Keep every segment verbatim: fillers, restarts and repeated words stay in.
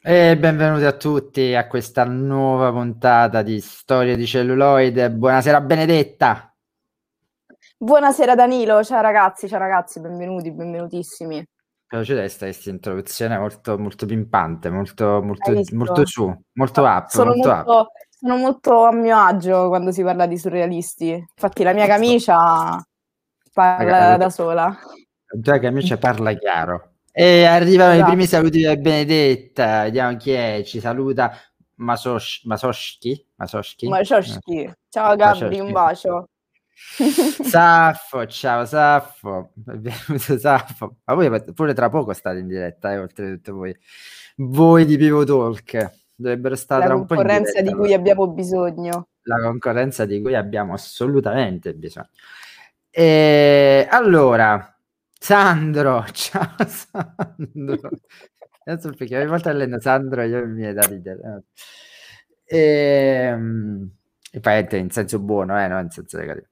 E benvenuti a tutti a questa nuova puntata di Storie di celluloide. Buonasera Benedetta. Buonasera Danilo, ciao ragazzi, ciao ragazzi, benvenuti, benvenutissimi. Mi piace questa introduzione molto, molto pimpante, molto, Hai molto, molto visto? su, molto up, Sono molto up. molto, sono molto a mio agio quando si parla di surrealisti. Infatti la mia camicia parla da sola. La tua camicia parla chiaro. E arrivano i primi Esatto. saluti di Benedetta. Vediamo chi è. Ci saluta Masos- Masoschi. Masoschi? Macioschi. Ciao Gabri, un Masoschi. bacio. Saffo, ciao Saffo, benvenuto Saffo. Ma voi pure tra poco state in diretta, eh, oltretutto voi. Voi di Pivo Talk dovrebbero stare La tra un po' in concorrenza diretta. di cui abbiamo bisogno. La concorrenza di cui abbiamo assolutamente bisogno. E allora, Sandro, ciao Sandro. Non so perché ogni volta alleno Sandro io mi viene da ridere. E, e poi in senso buono, eh, no? In senso negativo.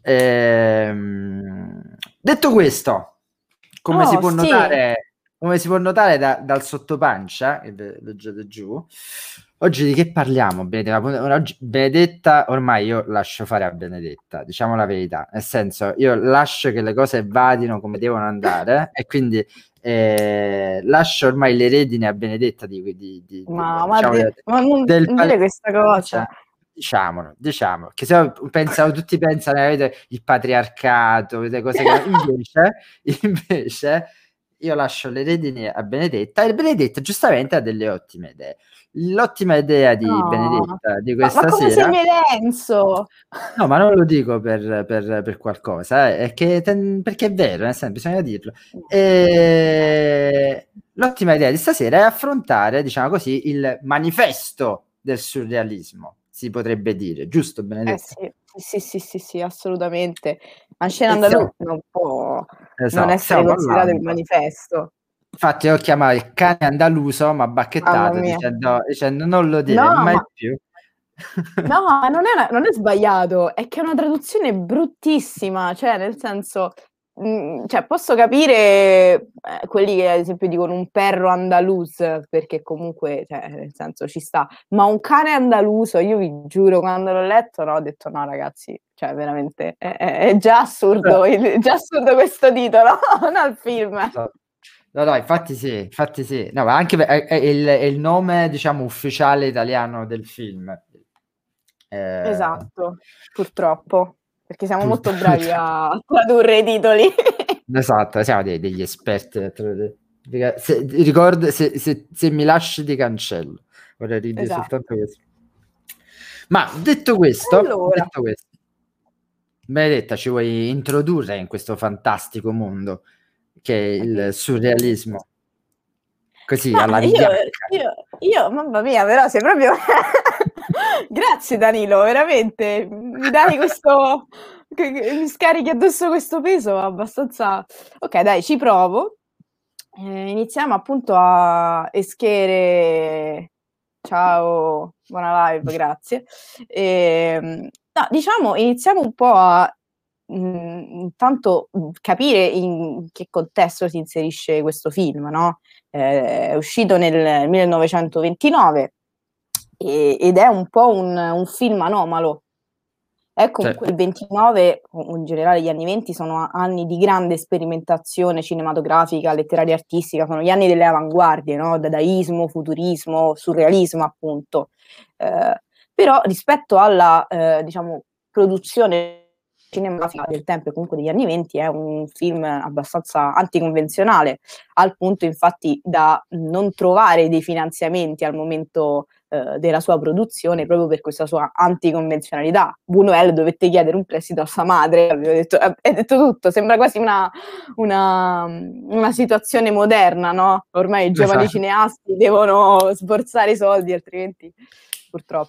Ehm, detto questo, come si Oh, può sì. notare, come si può notare da- dal sottopancia, che ve- leggete giù, oggi di che parliamo? Benedetta? Oggi, Benedetta, ormai io lascio fare a Benedetta, diciamo la verità, nel senso, io lascio che le cose vadino come devono andare e quindi eh, lascio ormai le redini a Benedetta di, di, di, Ma, del, ma, diciamo, de- del, ma non del non dire questa cosa. diciamolo, diciamo, che se no pensano, tutti pensano avete il patriarcato, vedete cose che invece, invece io lascio le redini a Benedetta e Benedetta giustamente ha delle ottime idee. L'ottima idea di No. Benedetta di Ma, ma questa come sei sera, melenso? no, ma non lo dico per, per, per qualcosa, eh, è che, ten- perché è vero, nel senso, bisogna dirlo. E l'ottima idea di stasera è affrontare, diciamo così, il manifesto del surrealismo, si potrebbe dire, giusto Eh Benedetta? sì, sì, sì, sì, sì, assolutamente. Ancena E Andalù stiamo, non può non esatto, essere stiamo considerato il parlando. manifesto. Infatti ho chiamato il cane andaluso, ma Mamma bacchettato, mia. dicendo, dicendo non lo dire No, mai ma più. no, ma non è una non è sbagliato, è che è una traduzione bruttissima, cioè nel senso, mhmm, cioè posso capire, ehm, quelli che ad esempio dicono un perro andaluz, perché comunque, cioè nel senso ci sta, ma un cane andaluso, io vi giuro quando l'ho letto, no, ho detto: "No ragazzi, cioè veramente è è è già assurdo il è già assurdo questo titolo, no il film". Esatto. No, no, infatti sì, infatti sì. No, ma anche è, è il, è il nome, diciamo, ufficiale italiano del film. Eh, Esatto, purtroppo, perché siamo molto purtroppo. bravi a tradurre i titoli. Esatto, siamo dei- degli esperti. Se, ricordo, se, se- se mi lasci ti cancello. Vorrei dire soltanto Esatto. questo. Ma detto questo, Allora, detto questo, Benedetta, ci vuoi introdurre in questo fantastico mondo che è il addirittura. surrealismo? Così, Ma alla io vigliacca. io io mamma mia, però sei proprio grazie Danilo, veramente, mi dai questo che che mi scarichi addosso questo peso abbastanza okay dai, ci provo. Ehm, iniziamo appunto a eschere ciao, buona live, grazie. Ehm, no, diciamo iniziamo un po' a, mhmm, intanto, mhmm, capire in che contesto si inserisce questo film, no, ehm, è uscito nel millenovecentoventinove, e ed è un po' un un film anomalo. È Cioè, comunque il ventinove, o in generale gli anni venti, sono a anni di grande sperimentazione cinematografica, letteraria, artistica, sono gli anni delle avanguardie, no, dadaismo, futurismo, surrealismo appunto. Ehm, però rispetto alla, ehm, diciamo, produzione cinematografica del tempo e comunque degli anni venti è un film abbastanza anticonvenzionale, al punto infatti da non trovare dei finanziamenti al momento eh, della sua produzione proprio per questa sua anticonvenzionalità. Buñuel dovette chiedere un prestito a sua madre, avevo detto, ha detto tutto, sembra quasi una, una, una situazione moderna, no? Ormai i giovani esatto. cineasti devono sborsare i soldi, altrimenti purtroppo.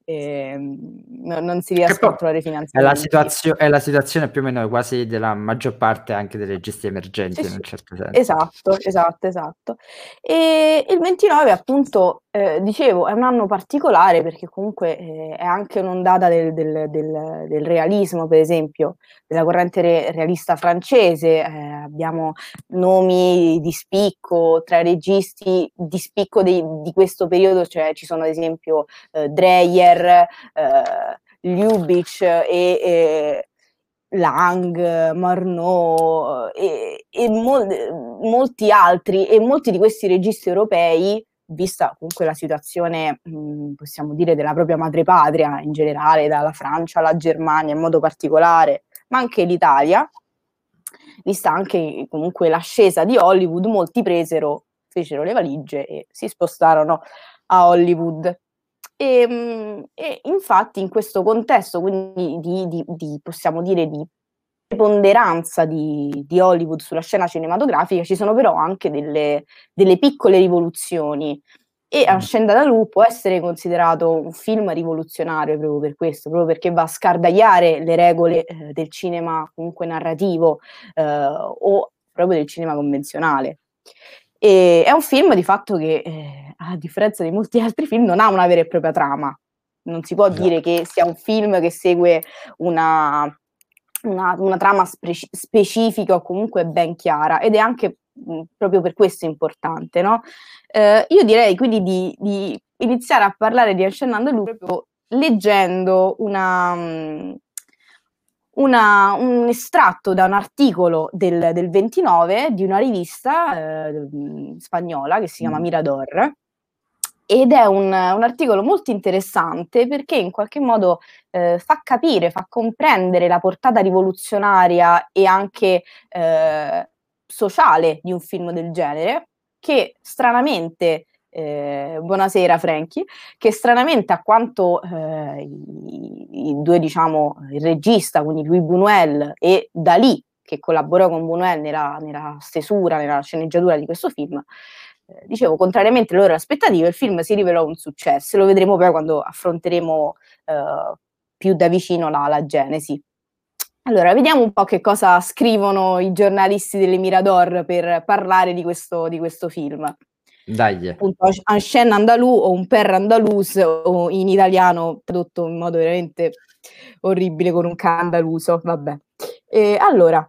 e non, non si riescono a trovare finanziamenti. È la, situazio- è la situazione più o meno quasi della maggior parte anche dei registi emergenti, sì, in un sì. certo senso. Esatto, esatto, esatto. E il ventinove, appunto, eh, dicevo, è un anno particolare perché comunque eh, è anche un'ondata del, del, del, del realismo, per esempio, della corrente re- realista francese. Eh, abbiamo nomi di spicco tra i registi di spicco di, di questo periodo, cioè ci sono ad esempio eh, Dreyer, eh, Lubitsch e... e Lang, Marnot e, e mol, molti altri, e molti di questi registi europei, vista comunque la situazione, mh, possiamo dire, della propria madrepatria in generale, dalla Francia alla Germania in modo particolare, ma anche l'Italia, vista anche comunque l'ascesa di Hollywood, molti presero, fecero le valigie e si spostarono a Hollywood. E, e infatti in questo contesto, quindi di, di, di possiamo dire di preponderanza di, di Hollywood sulla scena cinematografica, ci sono però anche delle, delle piccole rivoluzioni, e Ascenda da Lu può essere considerato un film rivoluzionario proprio per questo, proprio perché va a scardagliare le regole eh, del cinema comunque narrativo eh, o proprio del cinema convenzionale. E è un film di fatto che, eh, a differenza di molti altri film, non ha una vera e propria trama. Non si può dire che sia un film che segue una, una, una trama spe- specifica o comunque ben chiara, ed è anche mh, proprio per questo importante, no? Eh, io direi quindi di, di iniziare a parlare di Ascendant proprio leggendo una... Mh, una, un estratto da un articolo del, del ventinove di una rivista eh, spagnola che si chiama Mirador, ed è un, un articolo molto interessante perché in qualche modo eh, fa capire, fa comprendere la portata rivoluzionaria e anche eh, sociale di un film del genere, che stranamente eh, buonasera Frankie, che stranamente, a quanto eh, i, i due, diciamo, il regista, quindi Louis Buñuel e Dalì, che collaborò con Buñuel nella, nella stesura, nella sceneggiatura di questo film, eh, dicevo, contrariamente alle loro aspettative, il film si rivelò un successo. Lo vedremo poi quando affronteremo eh, più da vicino la, la genesi. Allora, vediamo un po' che cosa scrivono i giornalisti delle Mirador per parlare di questo, di questo film. Dai. Appunto, Un Chien Andalou o Un Perro Andalus, o in italiano tradotto in modo veramente orribile con un cane andaluso, vabbè. E allora,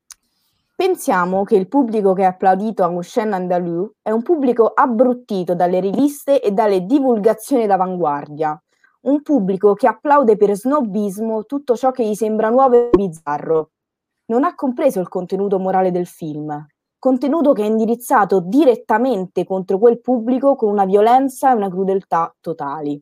pensiamo che il pubblico che ha applaudito a Un Chien Andalou è un pubblico abbruttito dalle riviste e dalle divulgazioni d'avanguardia, un pubblico che applaude per snobismo tutto ciò che gli sembra nuovo e bizzarro. Non ha compreso il contenuto morale del film, contenuto che è indirizzato direttamente contro quel pubblico con una violenza e una crudeltà totali.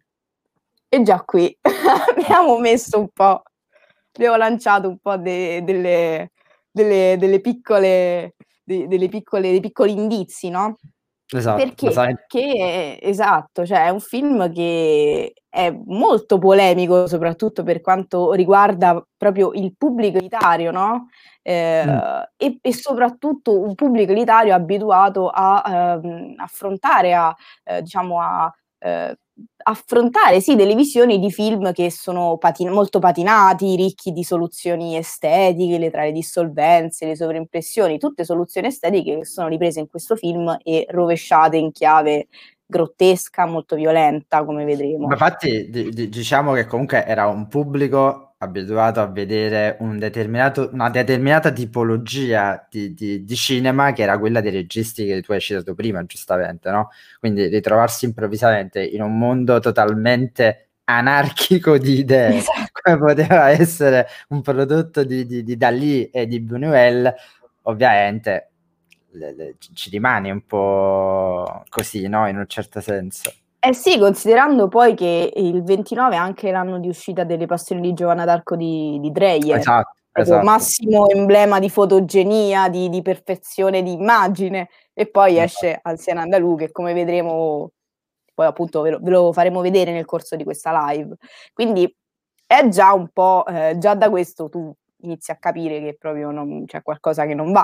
E già qui abbiamo messo un po', abbiamo lanciato un po' de, delle, delle, delle piccole, de, delle piccole, dei piccoli indizi, no? Esatto, Perché? sai. Perché, esatto, cioè è un film che è molto polemico, soprattutto per quanto riguarda proprio il pubblico elitario, no? Eh, Mm. e, e soprattutto un pubblico elitario abituato a ehm, affrontare, a, eh, diciamo, a eh, affrontare sì delle visioni di film che sono patin- molto patinati, ricchi di soluzioni estetiche, le, tra le dissolvenze, le sovraimpressioni, tutte soluzioni estetiche che sono riprese in questo film e rovesciate in chiave grottesca, molto violenta, come vedremo. Ma infatti di- di- diciamo che comunque era un pubblico abituato a vedere un determinato, una determinata tipologia di, di- di cinema, che era quella dei registi che tu hai citato prima, giustamente, no? Quindi ritrovarsi improvvisamente in un mondo totalmente anarchico di idee, Esatto. come poteva essere un prodotto di, di, di Dalì e di Buñuel, ovviamente le- le- ci rimane un po' così, no? In un certo senso. Eh sì, considerando poi che il ventinove è anche l'anno di uscita delle Passioni di Giovanna d'Arco di, di Dreyer, Esatto, proprio esatto. massimo emblema di fotogenia, di, di perfezione di immagine, e poi esce Anzian Andalù, che come vedremo, poi appunto ve lo, ve lo faremo vedere nel corso di questa live. Quindi è già un po', eh, già da questo tu inizi a capire che proprio non, c'è qualcosa che non va.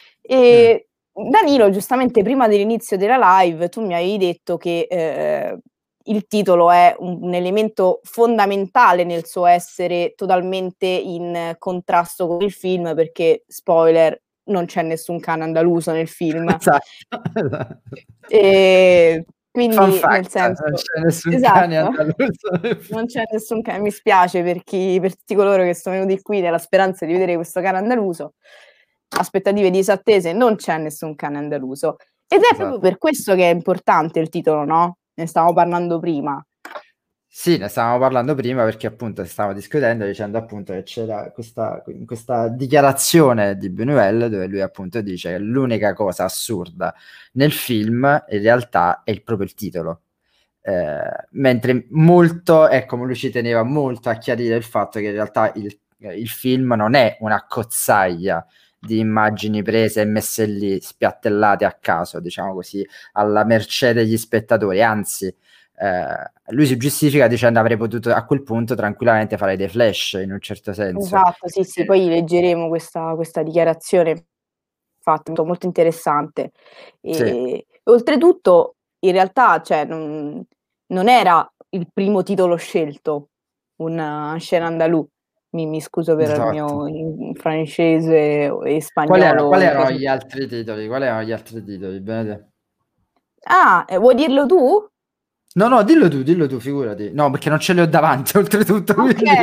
E Mm. Danilo, giustamente prima dell'inizio della live, tu mi avevi detto che eh, il titolo è un, un elemento fondamentale nel suo essere totalmente in contrasto con il film, perché, spoiler, non c'è nessun cane andaluso nel film. Esatto. E quindi, Fun fact, nel senso, non c'è nessun esatto, cane andaluso nel film. non c'è nessun cane, mi spiace per, chi, per tutti coloro che sono venuti qui nella speranza di vedere questo cane andaluso, aspettative disattese, non c'è nessun cane andaluso. Ed è Esatto. proprio per questo che è importante il titolo, no? Ne stavamo parlando prima. Sì, ne stavamo parlando prima perché appunto stavamo discutendo dicendo appunto che c'era questa, questa dichiarazione di Buñuel dove lui appunto dice che l'unica cosa assurda nel film in realtà è il, proprio il titolo. Eh, mentre molto, ecco, lui ci teneva molto a chiarire il fatto che in realtà il, il film non è una cozzaglia di immagini prese e messe lì spiattellate a caso, diciamo così, alla mercé degli spettatori, anzi eh, lui si giustifica dicendo avrei potuto a quel punto tranquillamente fare dei flash in un certo senso. Esatto, sì, sì, poi leggeremo questa, questa dichiarazione, fatto molto interessante. E, Sì. oltretutto, in realtà, cioè, non, non era il primo titolo scelto, un Chien andalou. Mi, mi scuso per Esatto. il mio in francese e spagnolo. Qual era, quali erano gli altri titoli? Quali erano gli altri titoli? Benedetto? Ah, eh, vuoi dirlo tu? No, no, dillo tu, dillo tu, figurati. No, perché non ce li ho davanti, oltretutto. Ok, Quindi...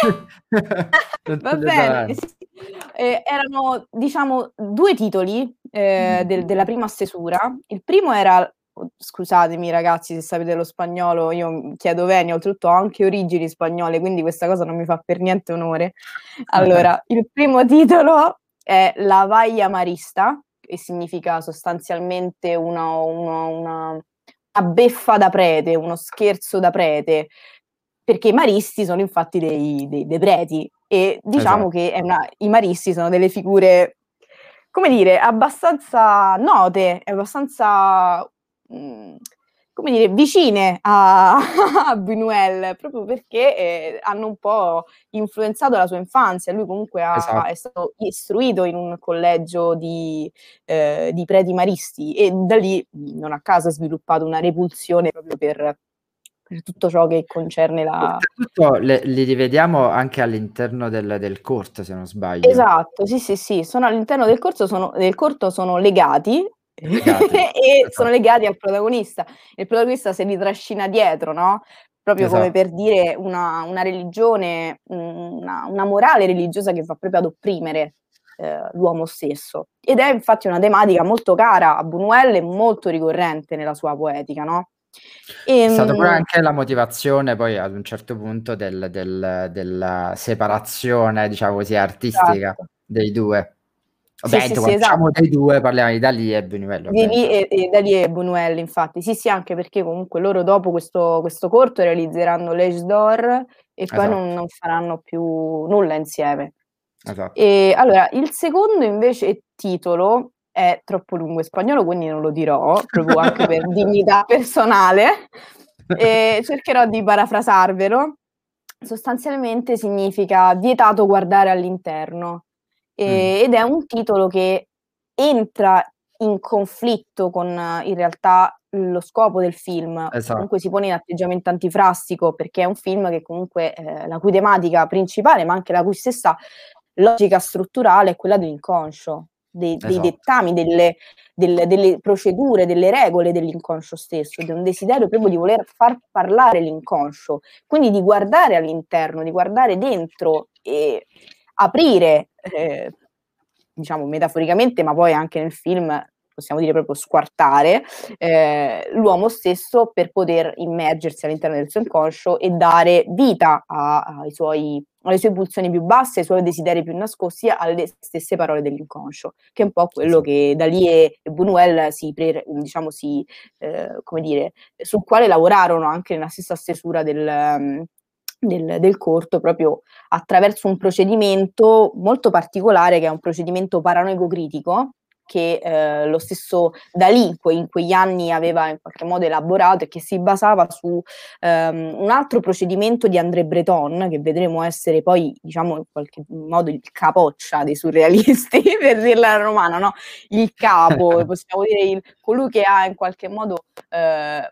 va bene. Eh, erano, diciamo, due titoli eh, del, della prima stesura. Il primo era, scusatemi ragazzi se sapete lo spagnolo, io chiedo venia, oltretutto ho anche origini spagnole, quindi questa cosa non mi fa per niente onore. Allora, il primo titolo è La Valla Marista, che significa sostanzialmente una, una, una, una beffa da prete, uno scherzo da prete, perché i maristi sono infatti dei, dei, dei preti e diciamo Esatto. che è una, i maristi sono delle figure, come dire, abbastanza note, abbastanza, mh, come dire, vicine a, a Buñuel, proprio perché eh, hanno un po' influenzato la sua infanzia. Lui comunque ha, Esatto. è stato istruito in un collegio di, eh, di preti maristi e da lì non a caso ha sviluppato una repulsione proprio per per tutto ciò che concerne la... Oltretutto le, li rivediamo anche all'interno del, del corto, se non sbaglio. Esatto, sì, sì, sì, sono all'interno del corso, sono, del corto sono legati, Legati. e Esatto. sono legati al protagonista. Il protagonista se li trascina dietro, no? Proprio Esatto. come per dire una, una religione, una, una morale religiosa che va proprio ad opprimere eh, l'uomo stesso. Ed è infatti una tematica molto cara a Buñuel e molto ricorrente nella sua poetica, no? È stata pure E, anche la motivazione poi ad un certo punto del, del, della separazione, diciamo così, artistica esatto. dei due. Sì, Ovviamente sì, sì, quando diciamo esatto. dei due parliamo di Dalì e Buñuel, Di lì ovviamente. e, e da lì è Buñuel, infatti. Sì, sì, anche perché comunque loro dopo questo, questo corto realizzeranno L'Age d'Or e poi Esatto. non, non faranno più nulla insieme. Esatto. E allora, il secondo invece titolo è troppo lungo in spagnolo, quindi non lo dirò, proprio anche per dignità personale. E cercherò di parafrasarvelo. Sostanzialmente significa vietato guardare all'interno. E, Mm. ed è un titolo che entra in conflitto con in realtà lo scopo del film, Esatto. comunque si pone in atteggiamento antifrastico perché è un film che comunque eh, la cui tematica principale, ma anche la cui stessa logica strutturale è quella dell'inconscio, dei, dei Esatto. dettami, delle, delle, delle procedure, delle regole dell'inconscio stesso, di un desiderio proprio di voler far parlare l'inconscio, quindi di guardare all'interno, di guardare dentro e aprire, eh, diciamo metaforicamente, ma poi anche nel film possiamo dire proprio squartare eh, l'uomo stesso per poter immergersi all'interno del suo inconscio e dare vita a, ai suoi, alle sue pulsioni più basse, ai suoi desideri più nascosti, alle stesse parole dell'inconscio, che è un po' quello Esatto. che Dalì e Buñuel si, pre, diciamo, si eh, come dire, sul quale lavorarono anche nella stessa stesura del, del, del corto, proprio attraverso un procedimento molto particolare che è un procedimento paranoico critico che eh, lo stesso Dalì in, que- in quegli anni aveva in qualche modo elaborato e che si basava su um, un altro procedimento di André Breton, che vedremo essere poi, diciamo, in qualche modo il capoccia dei surrealisti, per dirla alla romana, no? Il capo, possiamo dire il, colui che ha in qualche modo eh,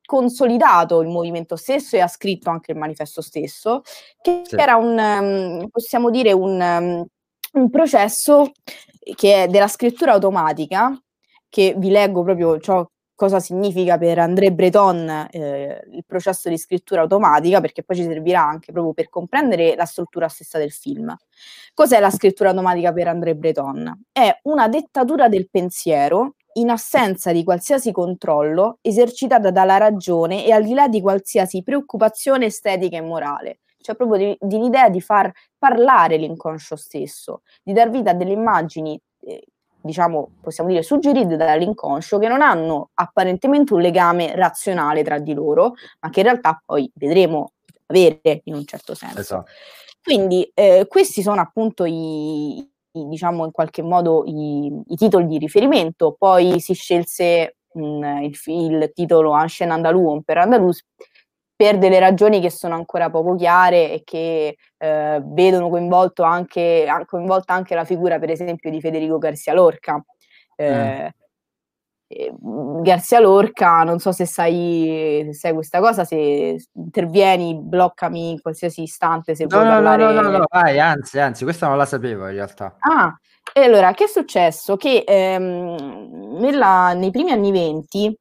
consolidato il movimento stesso e ha scritto anche il manifesto stesso, che Sì. era un, um, possiamo dire, un, um, un processo che è della scrittura automatica, che vi leggo proprio ciò cosa significa per André Breton eh, il processo di scrittura automatica, perché poi ci servirà anche proprio per comprendere la struttura stessa del film. Cos'è la scrittura automatica per André Breton? È una dettatura del pensiero in assenza di qualsiasi controllo, esercitata dalla ragione e al di là di qualsiasi preoccupazione estetica e morale. Cioè proprio di, di l'idea di far parlare l'inconscio stesso, di dar vita a delle immagini eh, diciamo, possiamo dire, suggerite dall'inconscio, che non hanno apparentemente un legame razionale tra di loro, ma che in realtà poi vedremo avere in un certo senso. Esatto. Quindi eh, questi sono appunto i, i, diciamo, in qualche modo i, i titoli di riferimento. Poi si scelse mh, il, il titolo Ancien Andalou per Andalus per delle ragioni che sono ancora poco chiare e che eh, vedono coinvolto anche, coinvolta anche la figura, per esempio, di Federico García Lorca. Eh, mm. eh, García Lorca, non so se sai, se sai questa cosa, se intervieni, bloccami in qualsiasi istante se no, vuoi no, parlare. No, no, no, no, vai, anzi, anzi, questa non la sapevo in realtà. Ah, e allora, che è successo? Che ehm, nella, nei primi anni venti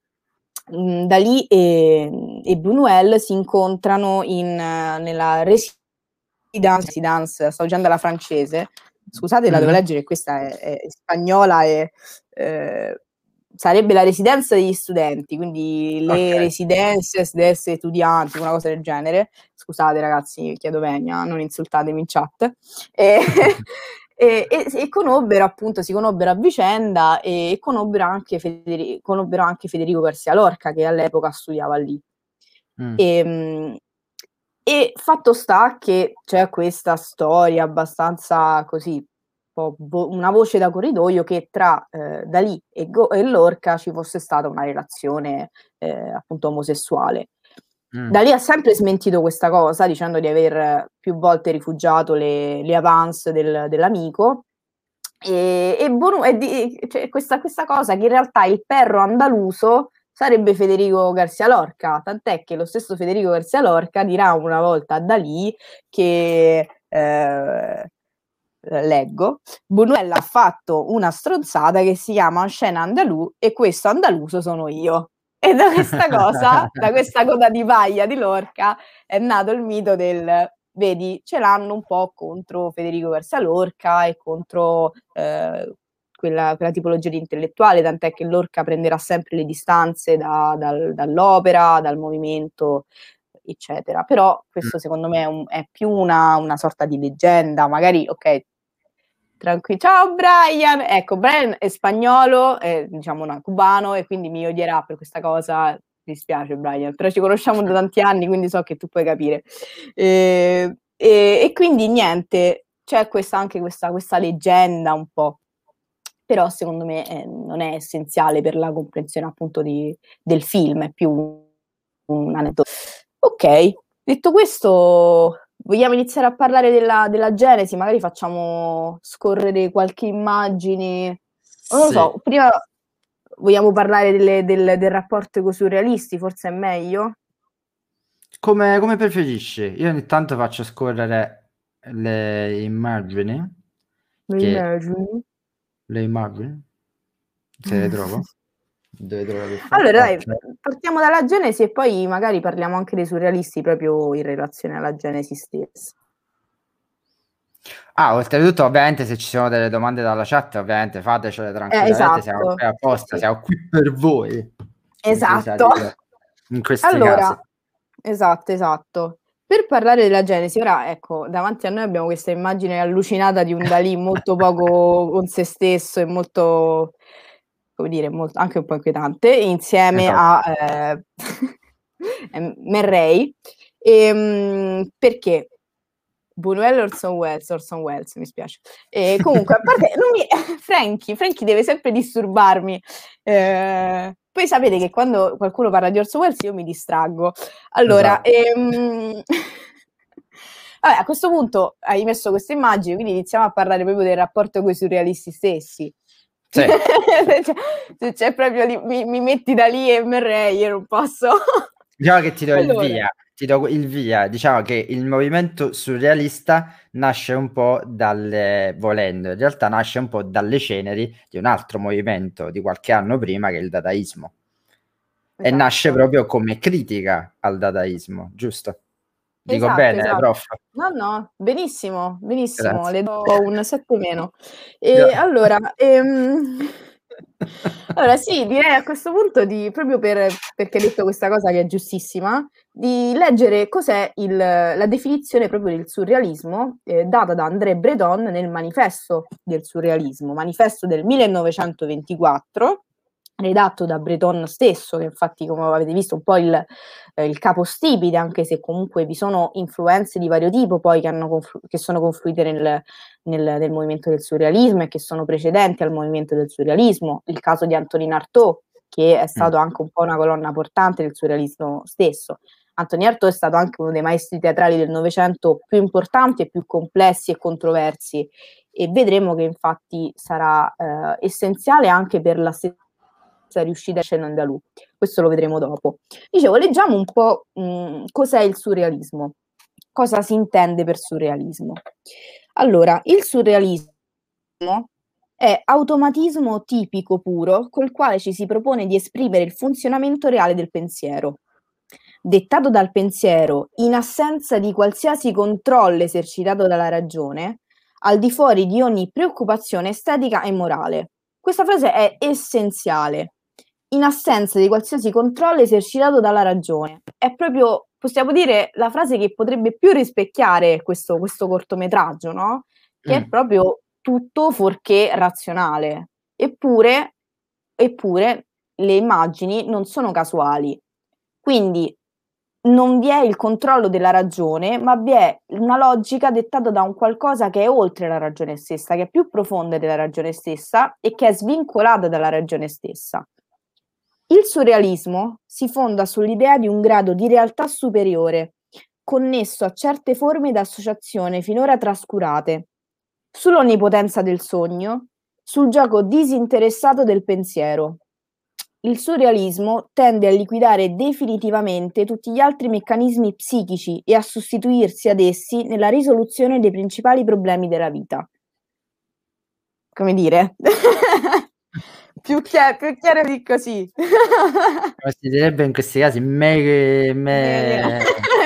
Dalì e, e Buñuel si incontrano in, nella residence, sto leggendo alla francese, scusate, la devo leggere, questa è, è spagnola e eh, sarebbe la residenza degli studenti, quindi le okay. residenze degli studianti, una cosa del genere. Scusate ragazzi, chiedo venia, non insultatemi in chat. E, E, e, e conobbero appunto, si conobbero a vicenda e conobbero anche, Federico, conobbero anche Federico García Lorca, che all'epoca studiava lì. Mm. E, e fatto sta che c'è questa storia abbastanza così, una voce da corridoio, che tra eh, Dalì e, Go- e Lorca ci fosse stata una relazione eh, appunto omosessuale. Mm. Dalì ha sempre smentito questa cosa, dicendo di aver più volte rifugiato le, le avance del, dell'amico, e, e, Bonu, e di, cioè, questa, questa cosa che in realtà il perro andaluso sarebbe Federico García Lorca, tant'è che lo stesso Federico García Lorca dirà una volta a Dalì che eh, leggo, Buñuel ha fatto una stronzata che si chiama Ancien Andalou e questo andaluso sono io. E da questa cosa, da questa coda di paglia di Lorca, è nato il mito del, vedi, ce l'hanno un po' contro Federico García Lorca e contro eh, quella, quella tipologia di intellettuale, tant'è che Lorca prenderà sempre le distanze da, dal, dall'opera, dal movimento, eccetera. Però questo secondo me è, un, è più una, una sorta di leggenda, magari, ok, tranquillo, ciao Brian, ecco, Brian è spagnolo, è, diciamo no, cubano, e quindi mi odierà per questa cosa, mi dispiace Brian, però ci conosciamo da tanti anni, quindi so che tu puoi capire. E, e, e quindi niente, c'è questa, anche questa, questa leggenda un po', però secondo me eh, non è essenziale per la comprensione appunto di, del film, è più un, un aneddoto. Ok, detto questo, vogliamo iniziare a parlare della, della genesi? Magari facciamo scorrere qualche immagine, non lo sì. so, prima vogliamo parlare delle, del, del rapporto con i surrealisti, forse è meglio? Come, come preferisci? Io ogni tanto faccio scorrere le immagini. Le che... immagini? Le immagini? Se le trovo? Dove trovo allora dai, partiamo dalla genesi e poi magari parliamo anche dei surrealisti proprio in relazione alla genesi stessa. Ah, oltretutto ovviamente se ci sono delle domande dalla chat ovviamente fatecele tranquillamente, eh, esatto. Siamo qui apposta, sì. Siamo qui per voi. Esatto. In questi allora, casi. Esatto, esatto. Per parlare della genesi, ora ecco, davanti a noi abbiamo questa immagine allucinata di un Dalì molto poco con se stesso e molto, come dire, molto, anche un po' inquietante, insieme esatto. a eh, Man Ray. E, um, perché? Buñuel Orson Welles, Orson Welles, mi spiace. E comunque, a parte, non mi, Frankie, Frankie deve sempre disturbarmi. Eh, poi sapete che quando qualcuno parla di Orson Welles io mi distraggo. Allora, esatto. ehm, vabbè, a questo punto hai messo queste immagini, quindi iniziamo a parlare proprio del rapporto con i surrealisti stessi. Sì. Se c'è proprio lì, mi, mi metti da lì e Man Ray, io non posso. Diciamo che ti do il Allora. via, ti do il via. Diciamo che il movimento surrealista nasce un po' dalle volendo, in realtà nasce un po' dalle ceneri di un altro movimento di qualche anno prima, che è il dadaismo. E nasce Esatto. proprio come critica al dadaismo, giusto? Dico Esatto, bene, esatto. prof? No, no, benissimo, benissimo, Grazie. le do un sette meno. E Gra allora, ehm, allora sì, direi a questo punto di proprio per perché hai detto questa cosa che è giustissima, di leggere cos'è il la definizione proprio del surrealismo, ehm, data da André Breton nel Manifesto del surrealismo, manifesto del millenovecentoventiquattro, redatto da Breton stesso, che infatti, come avete visto, un po' il ehm, il capostipite, anche se comunque vi sono influenze di vario tipo poi che hanno conflu che sono confluite nel nel nel movimento del surrealismo e che sono precedenti al movimento del surrealismo. Il caso di Antonin Artaud, che è Mh. stato anche un po' una colonna portante del surrealismo stesso. Antonin Artaud è stato anche uno dei maestri teatrali del Novecento più importanti e più complessi e controversi, e vedremo che infatti sarà, ehm, essenziale anche per la stessa riuscita Chen Andalù. Questo lo vedremo dopo. Dicevo, leggiamo un po', mhmm, cos'è il surrealismo. Cosa si intende per surrealismo? Allora, il surrealismo è automatismo tipico puro col quale ci si propone di esprimere il funzionamento reale del pensiero. Dettato dal pensiero, in assenza di qualsiasi controllo esercitato dalla ragione, al di fuori di ogni preoccupazione estetica e morale. Questa frase è essenziale. In assenza di qualsiasi controllo esercitato dalla ragione. È proprio, possiamo dire, la frase che potrebbe più rispecchiare questo, questo cortometraggio, no? Che è Mh. proprio tutto fuorché razionale. Eppure, eppure le immagini non sono casuali. Quindi non vi è il controllo della ragione, ma vi è una logica dettata da un qualcosa che è oltre la ragione stessa, che è più profonda della ragione stessa e che è svincolata dalla ragione stessa. Il surrealismo si fonda sull'idea di un grado di realtà superiore, connesso a certe forme d'associazione finora trascurate, sull'onnipotenza del sogno, sul gioco disinteressato del pensiero. Il surrealismo tende a liquidare definitivamente tutti gli altri meccanismi psichici e a sostituirsi ad essi nella risoluzione dei principali problemi della vita. Come dire? Più chia più chiaro di così. Come si direbbe in questi casi, me me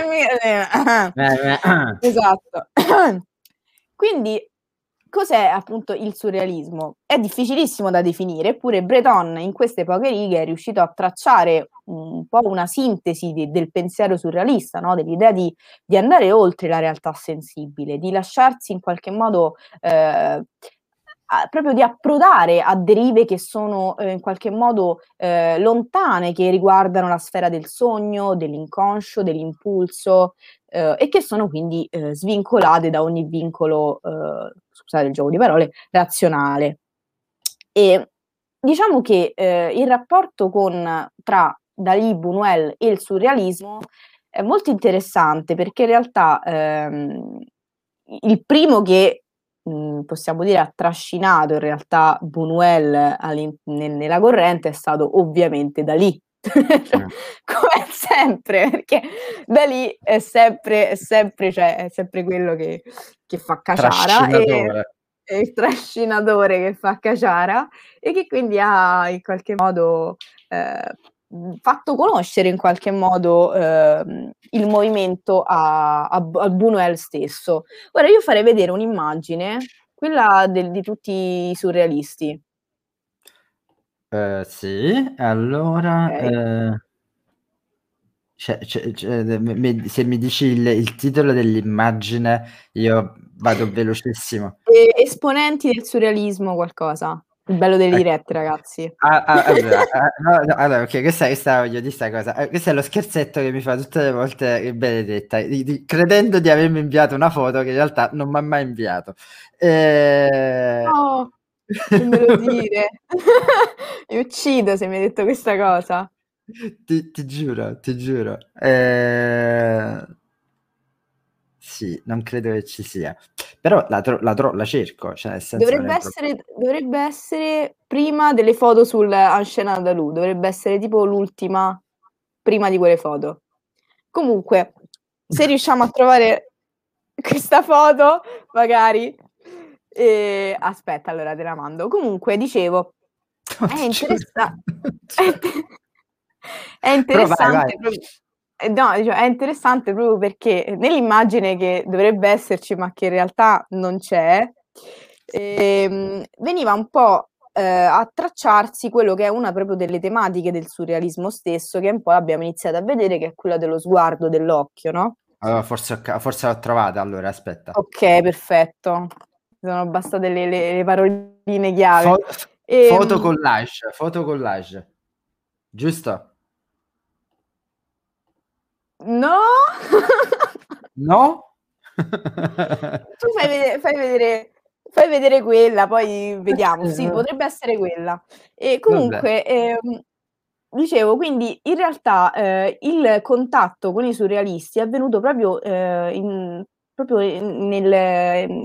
me me Esatto. Quindi, cos'è appunto il surrealismo? È difficilissimo da definire, eppure Breton in queste poche righe è riuscito a tracciare un po' una sintesi de del pensiero surrealista, no, dell'idea di di andare oltre la realtà sensibile, di lasciarsi in qualche modo, ehm, a proprio di approdare a derive che sono, ehm, in qualche modo, ehm, lontane, che riguardano la sfera del sogno, dell'inconscio, dell'impulso, ehm, e che sono quindi, ehm, svincolate da ogni vincolo, ehm, scusate il gioco di parole, razionale. E diciamo che, ehm, il rapporto con tra Dalì, Buñuel e il surrealismo è molto interessante perché in realtà, ehm, i il primo che, mhmm, possiamo dire ha trascinato in realtà Buñuel all'in ne nella corrente è stato ovviamente Dalì. Mh. Come sempre, perché Dalì è sempre è sempre cioè, è sempre quello che che fa caciara, e Trascinatore. è il trascinatore che fa caciara e che quindi ha in qualche modo, ehm, mhmm, fatto conoscere in qualche modo, ehm, il movimento a a B a Buñuel stesso. Ora io farei vedere un'immagine, quella del di tutti i surrealisti. Ehm, sì, allora, Okay. ehm c'è c'è c'è de me me se mi dici il il titolo dell'immagine io vado velocissimo. E esponenti del surrealismo qualcosa. Il bello delle Ecco. dirette ragazzi. A a allora, a no, no, allora okay, questa questa voglio di 'sta cosa. Ehm, questo è lo scherzetto che mi fa tutte le volte, ehm, Benedetta, di di credendo di avermi inviato una foto che in realtà non m'ha mai inviato. Ehm No, non me lo dire. Mi uccido se mi hai detto questa cosa. Ti ti giuro, ti giuro. Ehm Sì, non credo che ci sia. Però la tro la tro la cerco, cioè nel senso non è Dovrebbe un pro essere dovrebbe essere prima delle foto sul Anshel Andalù, dovrebbe essere tipo l'ultima prima di quelle foto. Comunque, se riusciamo a trovare questa foto, magari... Eh, aspetta, allora te la mando. Comunque, dicevo, è, interessa- è interessante... Vai, vai. Eh, No, diciamo, è interessante proprio perché nell'immagine che dovrebbe esserci, ma che in realtà non c'è, ehm, veniva un po' eh, a tracciarsi quello che è una proprio delle tematiche del surrealismo stesso, che un po' abbiamo iniziato a vedere, che è quella dello sguardo, dell'occhio, no? Allora, forse, ho ca- forse l'ho trovata, allora, aspetta. Ok, perfetto. Sono bastate le, le- le paroline chiave. Fo- foto Ehm, collage, foto collage. Giusto? no! No? Tu fai vedere, fai vedere, fai vedere quella, poi vediamo. Sì, potrebbe essere quella. E Vabbè. comunque, ehm, dicevo, quindi in realtà eh, il contatto con i surrealisti è avvenuto proprio, eh, in- proprio in- nel...